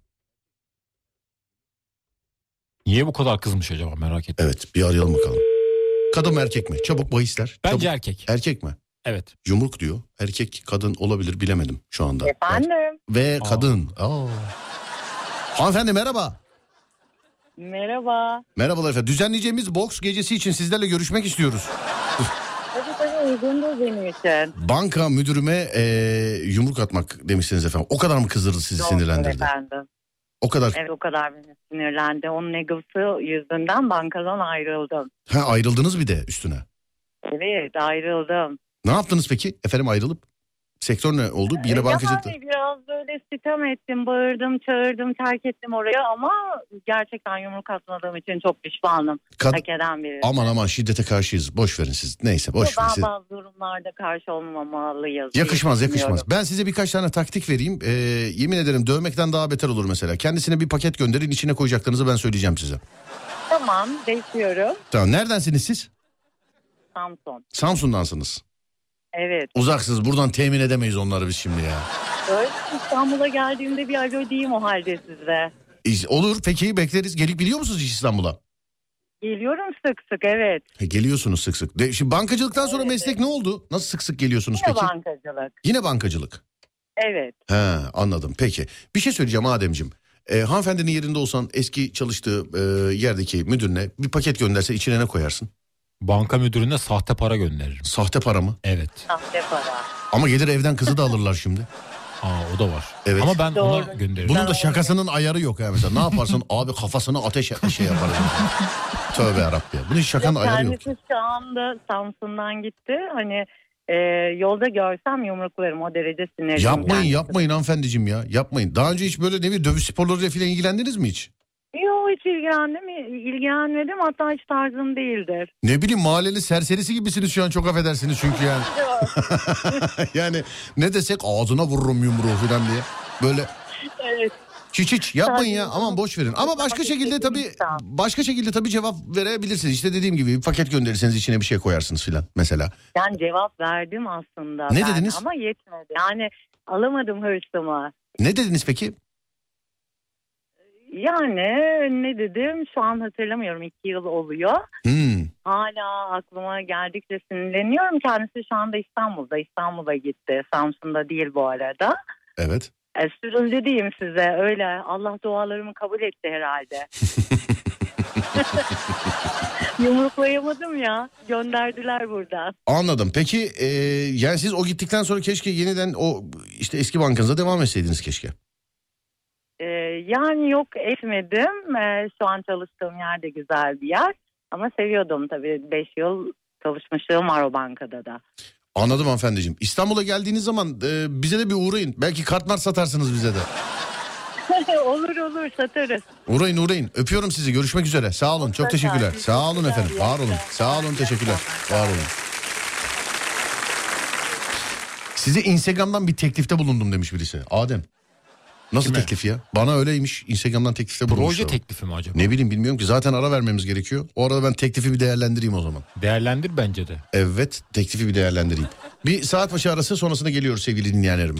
Niye bu kadar kızmış acaba, merak ettim. Evet, bir arayalım bakalım. Kadın mı erkek mi? Çabuk bahisler. Bence Çabuk. erkek. Erkek mi? Evet. Yumruk diyor. Erkek, kadın olabilir, bilemedim şu anda. Efendim. Ve Aa. kadın. Aa. Hanımefendi merhaba. Merhaba. Merhabalar efendim. Düzenleyeceğimiz boks gecesi için sizlerle görüşmek istiyoruz. Tabii tabii uygundur benim için. Banka müdürüme e, yumruk atmak demişsiniz efendim. O kadar mı kızdırdı sizi, Doğru sinirlendirdi? efendim. O kadar. Evet, o kadar beni sinirlendi. Onun egosu yüzünden bankadan ayrıldım. Ha, ayrıldınız bir de üstüne. Evet, ayrıldım. Ne yaptınız peki efendim ayrılıp? Sektör ne oldu? Yine bankacılıkta. Yani biraz böyle sitem ettim, bağırdım, çağırdım, terk ettim oraya ama gerçekten yumruk atmadığım için çok pişmanım. Kad- Hak eden biri. Aman aman şiddete karşıyız. Boş verin siz. Neyse boş verin Ben siz. bazı durumlarda karşı olmamalıyız. diye Yakışmaz yakışmaz. düşünüyorum. Ben size birkaç tane taktik vereyim. Ee, yemin ederim dövmekten daha beter olur mesela. Kendisine bir paket gönderin, içine koyacaklarınızı ben söyleyeceğim size. Tamam, bekliyorum. Tamam, neredensiniz siz? Samsun. Samsun'dansınız. Evet. Uzaksınız, buradan temin edemeyiz onları biz şimdi ya. Öyle İstanbul'a geldiğimde bir alo diyeyim o halde size. İz- Olur peki, bekleriz. Gelip biliyor musunuz hiç İstanbul'a? Geliyorum sık sık, evet. He, geliyorsunuz sık sık. De, şimdi bankacılıktan sonra Evet, meslek evet. ne oldu? Nasıl sık sık geliyorsunuz Yine peki? bankacılık. Yine bankacılık. Evet. He, anladım peki. Bir şey söyleyeceğim Ademciğim. Ee, hanımefendinin yerinde olsan eski çalıştığı e, yerdeki müdürüne bir paket gönderse içine ne koyarsın? Banka müdürüne sahte para gönderirim. Sahte para mı? Evet. Sahte para. Ama gelir evden kızı da alırlar şimdi. Aa, o da var. Evet. Ama ben Doğru. ona gönderirim. Bunun da şakasının ayarı yok ya mesela. Ne yaparsın? Abi kafasına ateş şey yaparız. Tövbe yarabbim. Bunun hiç şakanın ayarı yok. Kendisi şu anda Samsun'dan gitti. Hani e, yolda görsem yumruklarım, o derece sinirliyim. Yapmayın kendisi. yapmayın hanımefendiciğim ya. Yapmayın. Daha önce hiç böyle ne bileyim dövüş sporlarıyla falan ilgilendiniz mi hiç? Yok, hiç ilgilendim. ilgilenmedim. Hatta hiç tarzım değildir. Ne bileyim mahallenin serserisi gibisiniz şu an, çok affedersiniz çünkü yani. Yani ne desek ağzına vururum yumruğu falan diye. Böyle Evet. hiç hiç yapmayın ya, Sadece- aman boş verin. Ama başka şekilde tabii İnsan. başka şekilde tabii cevap verebilirsiniz. İşte dediğim gibi bir paket gönderirseniz içine bir şey koyarsınız filan mesela. Ben cevap verdim aslında. Ne ben, dediniz? Ama yetmedi. Yani alamadım hırsımı. Ne dediniz peki? Yani ne dedim şu an hatırlamıyorum, iki yıl oluyor. Hmm. Hala aklıma geldikçe sinirleniyorum. Kendisi şu anda İstanbul'da. İstanbul'a gitti. Samsun'da değil bu arada. Evet. E, sürüldü diyeyim size, öyle. Allah dualarımı kabul etti herhalde. Yumruklayamadım ya. Gönderdiler buradan. Anladım. Peki e, yani siz o gittikten sonra keşke yeniden o işte eski bankanıza devam etseydiniz keşke. E, yani yok etmedim. E, şu an çalıştığım yer de güzel bir yer. Ama seviyordum tabii. Beş yıl çalışmışlığım var o bankada da. Anladım hanımefendiciğim. İstanbul'a geldiğiniz zaman e, bize de bir uğrayın. Belki kartlar satarsınız bize de. Olur olur, satarız. Uğrayın uğrayın. Öpüyorum sizi. Görüşmek üzere. Sağ olun. Çok Mutlaka. teşekkürler. Sağ olun efendim. Teşekkürler. Var olun. Sağ olun. Teşekkürler. Var olun. Size Instagram'dan bir teklifte bulundum demiş birisi. Adem. Nasıl Kime? teklif ya? Bana öyleymiş. Instagram'dan teklifte bulunmuş. Proje teklifi mi acaba? Ne bileyim, bilmiyorum ki. Zaten ara vermemiz gerekiyor. O arada ben teklifi bir değerlendireyim o zaman. Değerlendir bence de. Evet, teklifi bir değerlendireyim. Bir saat başı arası, sonrasında geliyoruz sevgili dinleyenlerim.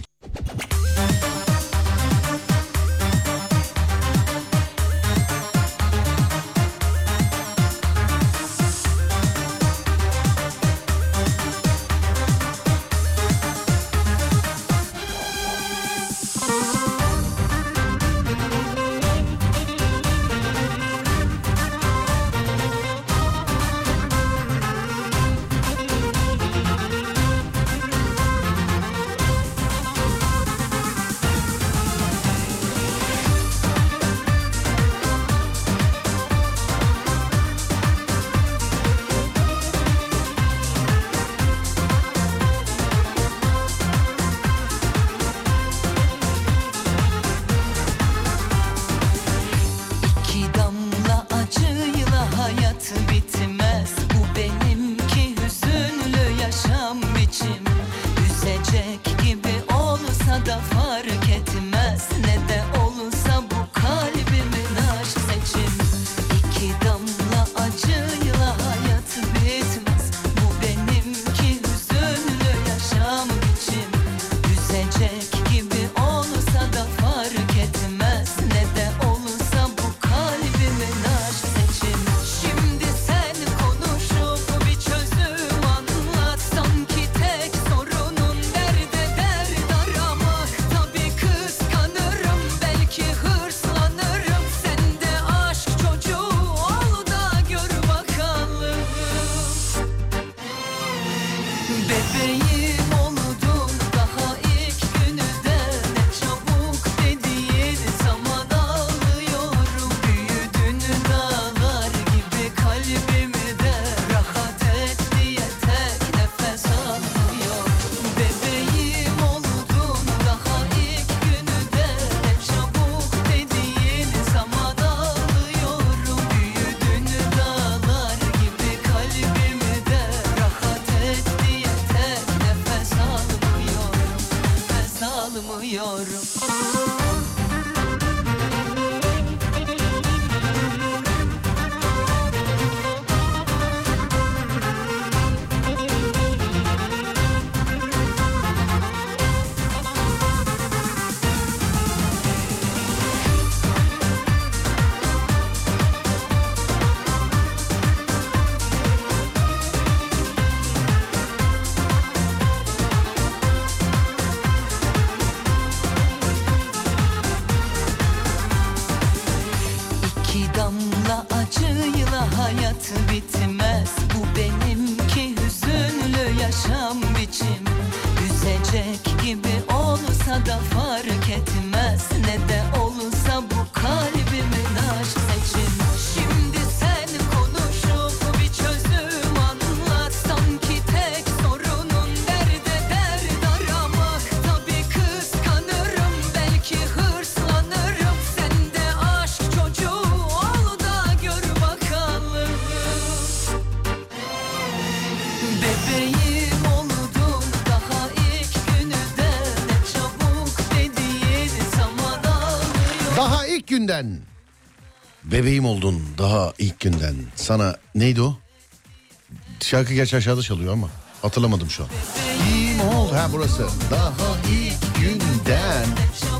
günden. Bebeğim oldun daha ilk günden. Sana neydi o? Şarkı gerçi aşağıda çalıyor ama hatırlamadım şu an. Bebeğim oldu. Ha burası. Daha ilk günden.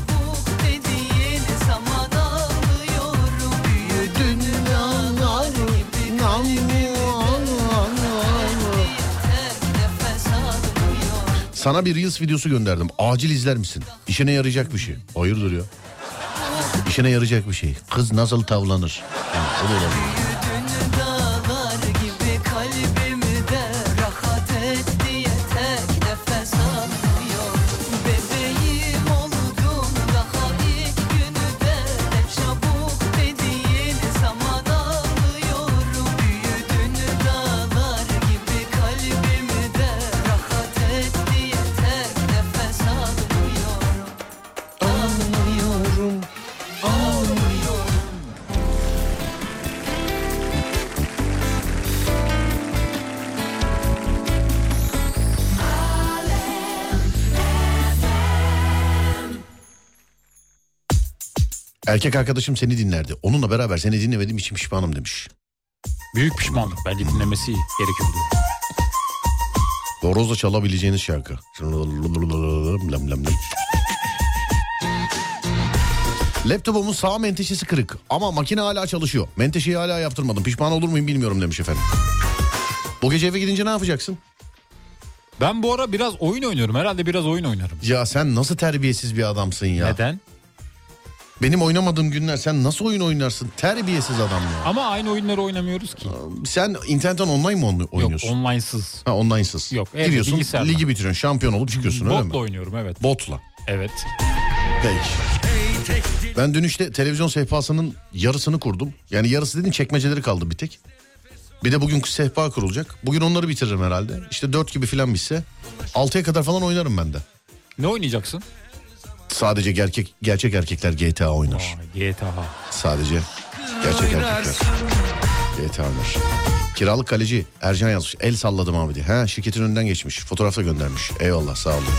Sana bir Reels videosu gönderdim. Acil izler misin? İşine yarayacak bir şey. Hayırdır ya? İşine yarayacak bir şey. Kız nasıl tavlanır? Yani, o da olabilir. Erkek arkadaşım seni dinlerdi. Onunla beraber seni dinlemediğim için pişmanım demiş. Büyük pişmanlık. Bence dinlemesi gerekiyordu. Borozla çalabileceğiniz şarkı. Laptopumun sağ menteşesi kırık ama makine hala çalışıyor. Menteşeyi hala yaptırmadım. Pişman olur muyum bilmiyorum demiş efendim. Bu gece eve gidince ne yapacaksın? Ben bu ara biraz oyun oynuyorum. Herhalde biraz oyun oynarım. Ya sen nasıl terbiyesiz bir adamsın ya. Neden? Benim oynamadığım günler sen nasıl oyun oynarsın? Terbiyesiz adam ya. Ama aynı oyunları oynamıyoruz ki. Sen internetten online mi oynuyorsun? Yok, online'sız. Ha, online'sız. Yok, evet, giriyorsun, bilgisayarla. ligi bitiriyorsun, şampiyon olup çıkıyorsun öyle mi? Botla oynuyorum, evet. Botla. Evet. Peki. Ben dün işte televizyon sehpasının yarısını kurdum. Yani yarısı dediğin çekmeceleri kaldı bir tek. Bir de bugünkü sehpa kurulacak. Bugün onları bitiririm herhalde. İşte dört gibi falan bitse altıya kadar falan oynarım ben de. Ne oynayacaksın? Sadece gerçek gerçek erkekler G T A oynar. Aa, G T A. Sadece gerçek erkekler G T A oynar. Kiralık kaleci Ercan yazmış. El salladım abi diye. Ha, şirketin önünden geçmiş. Fotoğrafla göndermiş. Eyvallah, sağ olun.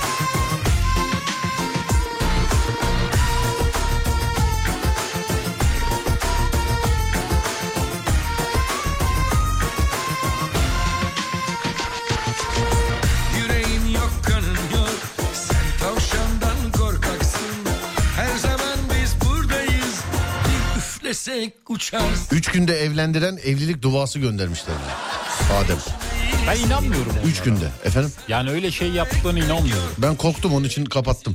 Üç günde evlendiren evlilik duası göndermişler bize. Adem. Ben inanmıyorum. Üç onlara. Günde efendim. Yani öyle şey yaptıklarına inanmıyorum. Ben korktum, onun için kapattım.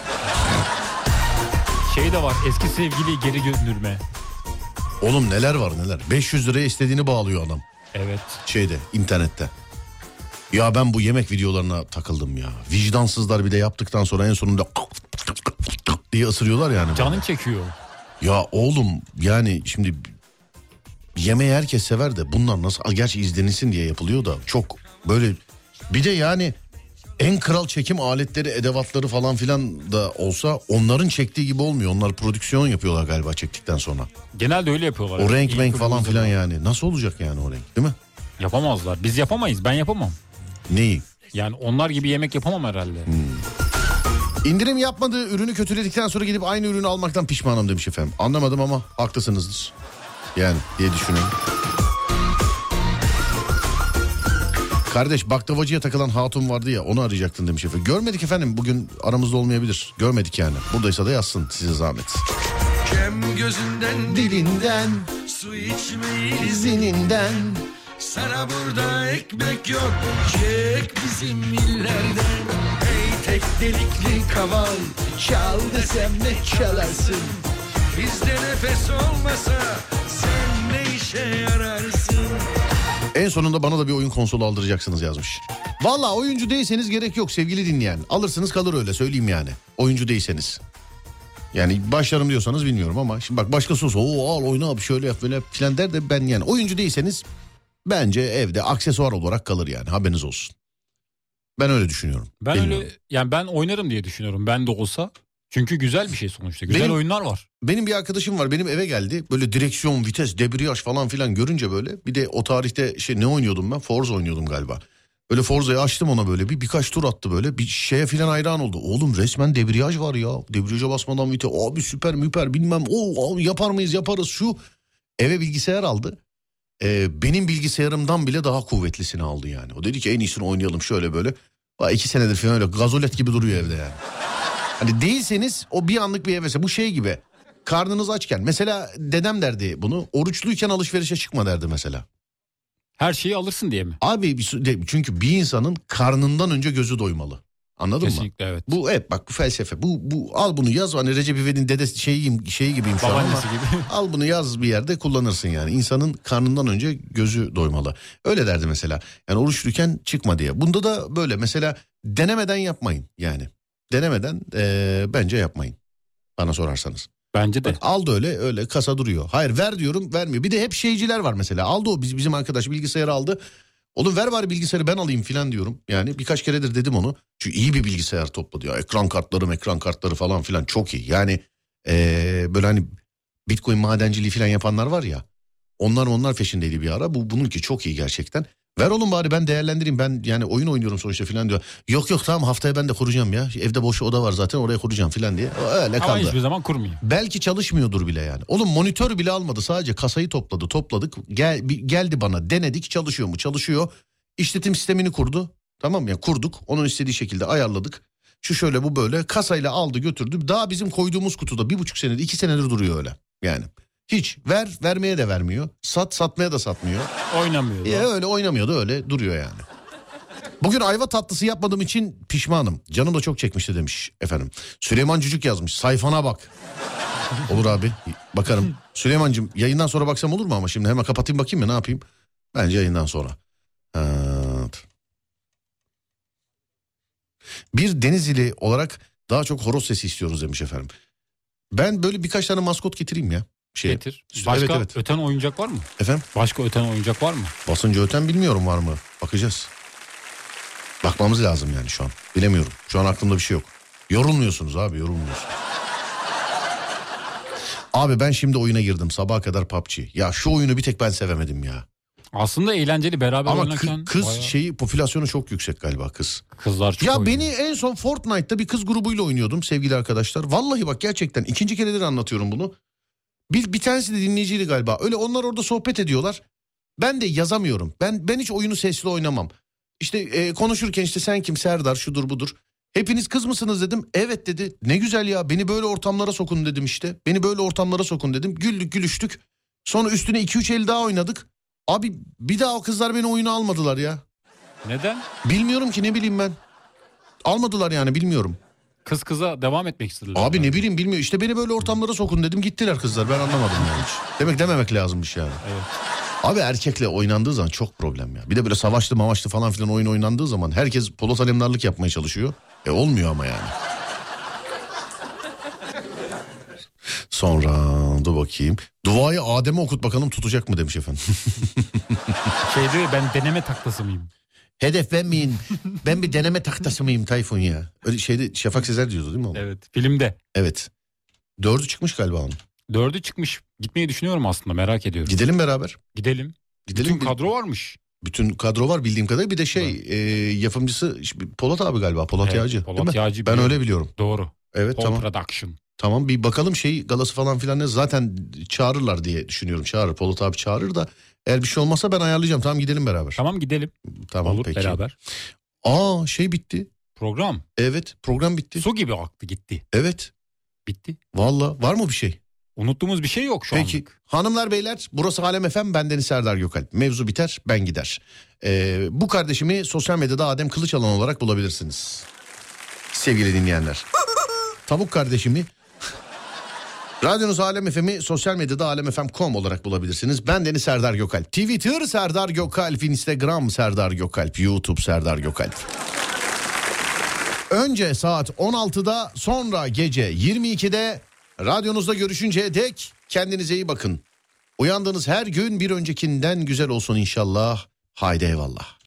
Şey de var, eski sevgiliyi geri gönderme. Oğlum neler var neler. beş yüz liraya istediğini bağlıyor adam. Evet. Şeyde, internette. Ya ben bu yemek videolarına takıldım ya. Vicdansızlar bir de yaptıktan sonra en sonunda diye ısırıyorlar yani. Canın çekiyor. Ya oğlum yani şimdi yemeği herkes sever de bunlar nasıl, gerçi izlenilsin diye yapılıyor da çok böyle, bir de yani en kral çekim aletleri, edevatları falan filan da olsa onların çektiği gibi olmuyor. Onlar prodüksiyon yapıyorlar galiba çektikten sonra. Genelde öyle yapıyorlar. O renk İyi renk falan filan var. yani. Nasıl olacak yani o renk, değil mi? Yapamazlar. Biz yapamayız. Ben yapamam. Neyi? Yani onlar gibi yemek yapamam herhalde. Hmm. İndirim yapmadığı ürünü kötüledikten sonra gidip aynı ürünü almaktan pişmanım demiş efendim. Anlamadım ama haklısınızdır. Yani diye düşünüyorum. Kardeş, baklavacıya takılan hatun vardı ya, onu arayacaktın demiş efendim. Görmedik efendim, bugün aramızda olmayabilir. Görmedik yani. Buradaysa da yazsın size zahmet. Kem gözünden dilinden, su içmeyi zininden. Sana burada ekmek yok, çek bizim illerden. Ey tek delikli kaval, çal desem ne çalarsın? Bizde nefes olmasa sen ne işe yararsın? En sonunda bana da bir oyun konsolu aldıracaksınız yazmış. Valla oyuncu değilseniz gerek yok sevgili dinleyen. Alırsınız kalır, öyle söyleyeyim yani. Oyuncu değilseniz. Yani başlarım diyorsanız bilmiyorum ama şimdi bak başkası olsa o al oyna abi şöyle yap böyle yap filan der de ben yani oyuncu değilseniz bence evde aksesuar olarak kalır yani, haberiniz olsun. Ben öyle düşünüyorum. Ben bilmiyorum. öyle yani ben oynarım diye düşünüyorum, ben de olsa. Çünkü güzel bir şey sonuçta. Güzel benim, oyunlar var. Benim bir arkadaşım var, benim eve geldi. Böyle direksiyon, vites, debriyaj falan filan görünce böyle. Bir de o tarihte şey ne oynuyordum ben? Forza oynuyordum galiba. Öyle Forza'yı açtım ona böyle bir birkaç tur attı böyle. Bir şeye filan hayran oldu. Oğlum resmen debriyaj var ya. Debriyaja basmadan vites. Abi süper müper bilmem. Oo abi yapar mıyız yaparız şu. Eve bilgisayar aldı. Ee, benim bilgisayarımdan bile daha kuvvetlisini aldı yani. O dedi ki en iyisini oynayalım şöyle böyle. Vay iki senedir falan öyle gazolet gibi duruyor evde yani. Hani değilseniz o bir anlık bir hevese. Bu şey gibi. Karnınız açken. Mesela dedem derdi bunu. Oruçluyken alışverişe çıkma derdi mesela. Her şeyi alırsın diye mi? Abi çünkü bir insanın karnından önce gözü doymalı. Anladın Kesinlikle, mı? evet. Bu evet bak bu felsefe. Bu bu al bunu yaz hani Recep İvedik'in dedesi şeyi şeyi gibiyim şu an ama gibi. al bunu yaz bir yerde kullanırsın yani. İnsanın karnından önce gözü doymalı. Öyle derdi mesela. Yani oruçluyken çıkma diye. Bunda da böyle mesela denemeden yapmayın yani. Denemeden ee, bence yapmayın. Bana sorarsanız. Bence de. Bak, aldı öyle öyle kasa duruyor. Hayır ver diyorum vermiyor. Bir de hep şeyciler var mesela. Aldı o biz, bizim arkadaş bilgisayarı aldı. Oğlum ver bari bilgisayarı ben alayım filan diyorum. Yani birkaç keredir dedim onu. Çünkü iyi bir bilgisayar topladı ya. Ekran kartları ekran kartları falan filan çok iyi. Yani ee, böyle hani Bitcoin madenciliği filan yapanlar var ya. Onlar onlar peşindeydi bir ara. Bu bununki çok iyi gerçekten. Ver oğlum bari ben değerlendireyim. Ben yani oyun oynuyorum sonuçta filan diyor. Yok yok tamam haftaya ben de kuracağım ya. Evde boş oda var zaten oraya kuracağım filan diye. Öyle kaldı. Ama hiçbir zaman kurmuyor. Belki çalışmıyordur bile yani. Oğlum monitör bile almadı sadece kasayı topladı topladık. Gel, bir, geldi bana denedik çalışıyor mu çalışıyor. İşletim sistemini kurdu. Tamam mı ya kurduk onun istediği şekilde ayarladık. Şu şöyle bu böyle kasayla aldı götürdü. Daha bizim koyduğumuz kutuda bir buçuk senedir iki senedir duruyor öyle yani. Hiç ver vermeye de vermiyor. Sat satmaya da satmıyor. Oynamıyor. Ya öyle oynamıyordu öyle duruyor yani. Bugün ayva tatlısı yapmadığım için pişmanım. Canım da çok çekmişti demiş efendim. Süleyman Cücük yazmış sayfana bak. Olur abi bakarım. Süleymancığım yayından sonra baksam olur mu ama şimdi hemen kapatayım bakayım mı ne yapayım? Bence yayından sonra. Evet. Bir Denizli olarak daha çok horoz sesi istiyoruz demiş efendim. Ben böyle birkaç tane maskot getireyim ya. Şeye. Getir. Başka evet, evet. öten oyuncak var mı? Efendim? Başka öten oyuncak var mı? Basınca öten bilmiyorum var mı? Bakacağız. Bakmamız lazım yani şu an. Bilemiyorum. Şu an aklımda bir şey yok. Yorulmuyorsunuz abi yorulmuyorsunuz. Abi ben şimdi oyuna girdim sabaha kadar P U B G. Ya şu oyunu bir tek ben sevemedim ya. Aslında eğlenceli beraber ama oynarken. Ama kız bayağı... şeyi popülasyonu çok yüksek galiba kız. Kızlar çok Ya oynuyor. beni en son Fortnite'ta bir kız grubuyla oynuyordum sevgili arkadaşlar. Vallahi bak gerçekten ikinci keredir anlatıyorum bunu. Bir, bir tanesi de dinleyiciydi galiba. Öyle onlar orada sohbet ediyorlar. Ben de yazamıyorum. Ben ben hiç oyunu sesli oynamam. İşte e, konuşurken işte sen kim Serdar şudur budur. Hepiniz kız mısınız dedim. Evet dedi. Ne güzel ya beni böyle ortamlara sokun dedim işte. Beni böyle ortamlara sokun dedim. Güldük gülüştük. Sonra üstüne iki üç el daha oynadık. Abi bir daha o kızlar beni oyuna almadılar ya. Neden? Bilmiyorum ki ne bileyim ben. Almadılar yani bilmiyorum. Kız kıza devam etmek istediler. Abi yani. ne bileyim bilmiyor. İşte beni böyle ortamlara sokun dedim. Gittiler kızlar ben anlamadım yani hiç. Demek dememek lazımmış yani. Evet. Abi erkekle oynandığı zaman çok problem ya. Bir de böyle savaşlı mavaşlı falan filan oyun oynandığı zaman herkes Polat Alemdarlık yapmaya çalışıyor. E olmuyor ama yani. Sonra dur bakayım. Duayı Adem'e okut bakalım tutacak mı demiş efendim. Şey diyor ben deneme taklası mıyım? Hedef ben miyim? Ben bir deneme tahtası mıyım Tayfun ya? Öyle şeyde Şafak Sezer diyordu değil mi o? Evet filmde. Evet. Dördü çıkmış galiba onun. Dördü çıkmış. Gitmeyi düşünüyorum aslında merak ediyorum. Gidelim beraber. Gidelim. Gidelim. Bütün kadro varmış. Bütün kadro var bildiğim kadarıyla. Bir de şey e, yapımcısı Polat abi galiba. Polat Evet, Yağcı. Polat Yağcı ben biliyorum. öyle biliyorum. Doğru. Evet Pol tamam. Production. Tamam bir bakalım şey galası falan filan ne zaten çağırırlar diye düşünüyorum. Çağırır Polat abi çağırır da eğer bir şey olmazsa ben ayarlayacağım. Tamam gidelim beraber. Tamam gidelim. Tamam Olur peki. beraber. Aa şey bitti. Program. Evet program bitti. Su gibi aktı gitti. Evet. Bitti. Valla var mı bir şey? Unuttuğumuz bir şey yok şu an. Peki anlık. Hanımlar beyler burası Alem F M bendeniz Serdar Gökalp. Mevzu biter ben gider. Ee, bu kardeşimi sosyal medyada Adem Kılıçalan olarak bulabilirsiniz. Sevgili dinleyenler. Tavuk kardeşimi radyonuz Alem F M'i sosyal medyada alemfm nokta com olarak bulabilirsiniz. Bendeniz Serdar Gökalp. Twitter Serdar Gökalp, Instagram Serdar Gökalp, YouTube Serdar Gökalp. Önce saat on altıda sonra gece yirmi ikide radyonuzda görüşünceye dek kendinize iyi bakın. Uyandığınız her gün bir öncekinden güzel olsun inşallah. Haydi eyvallah.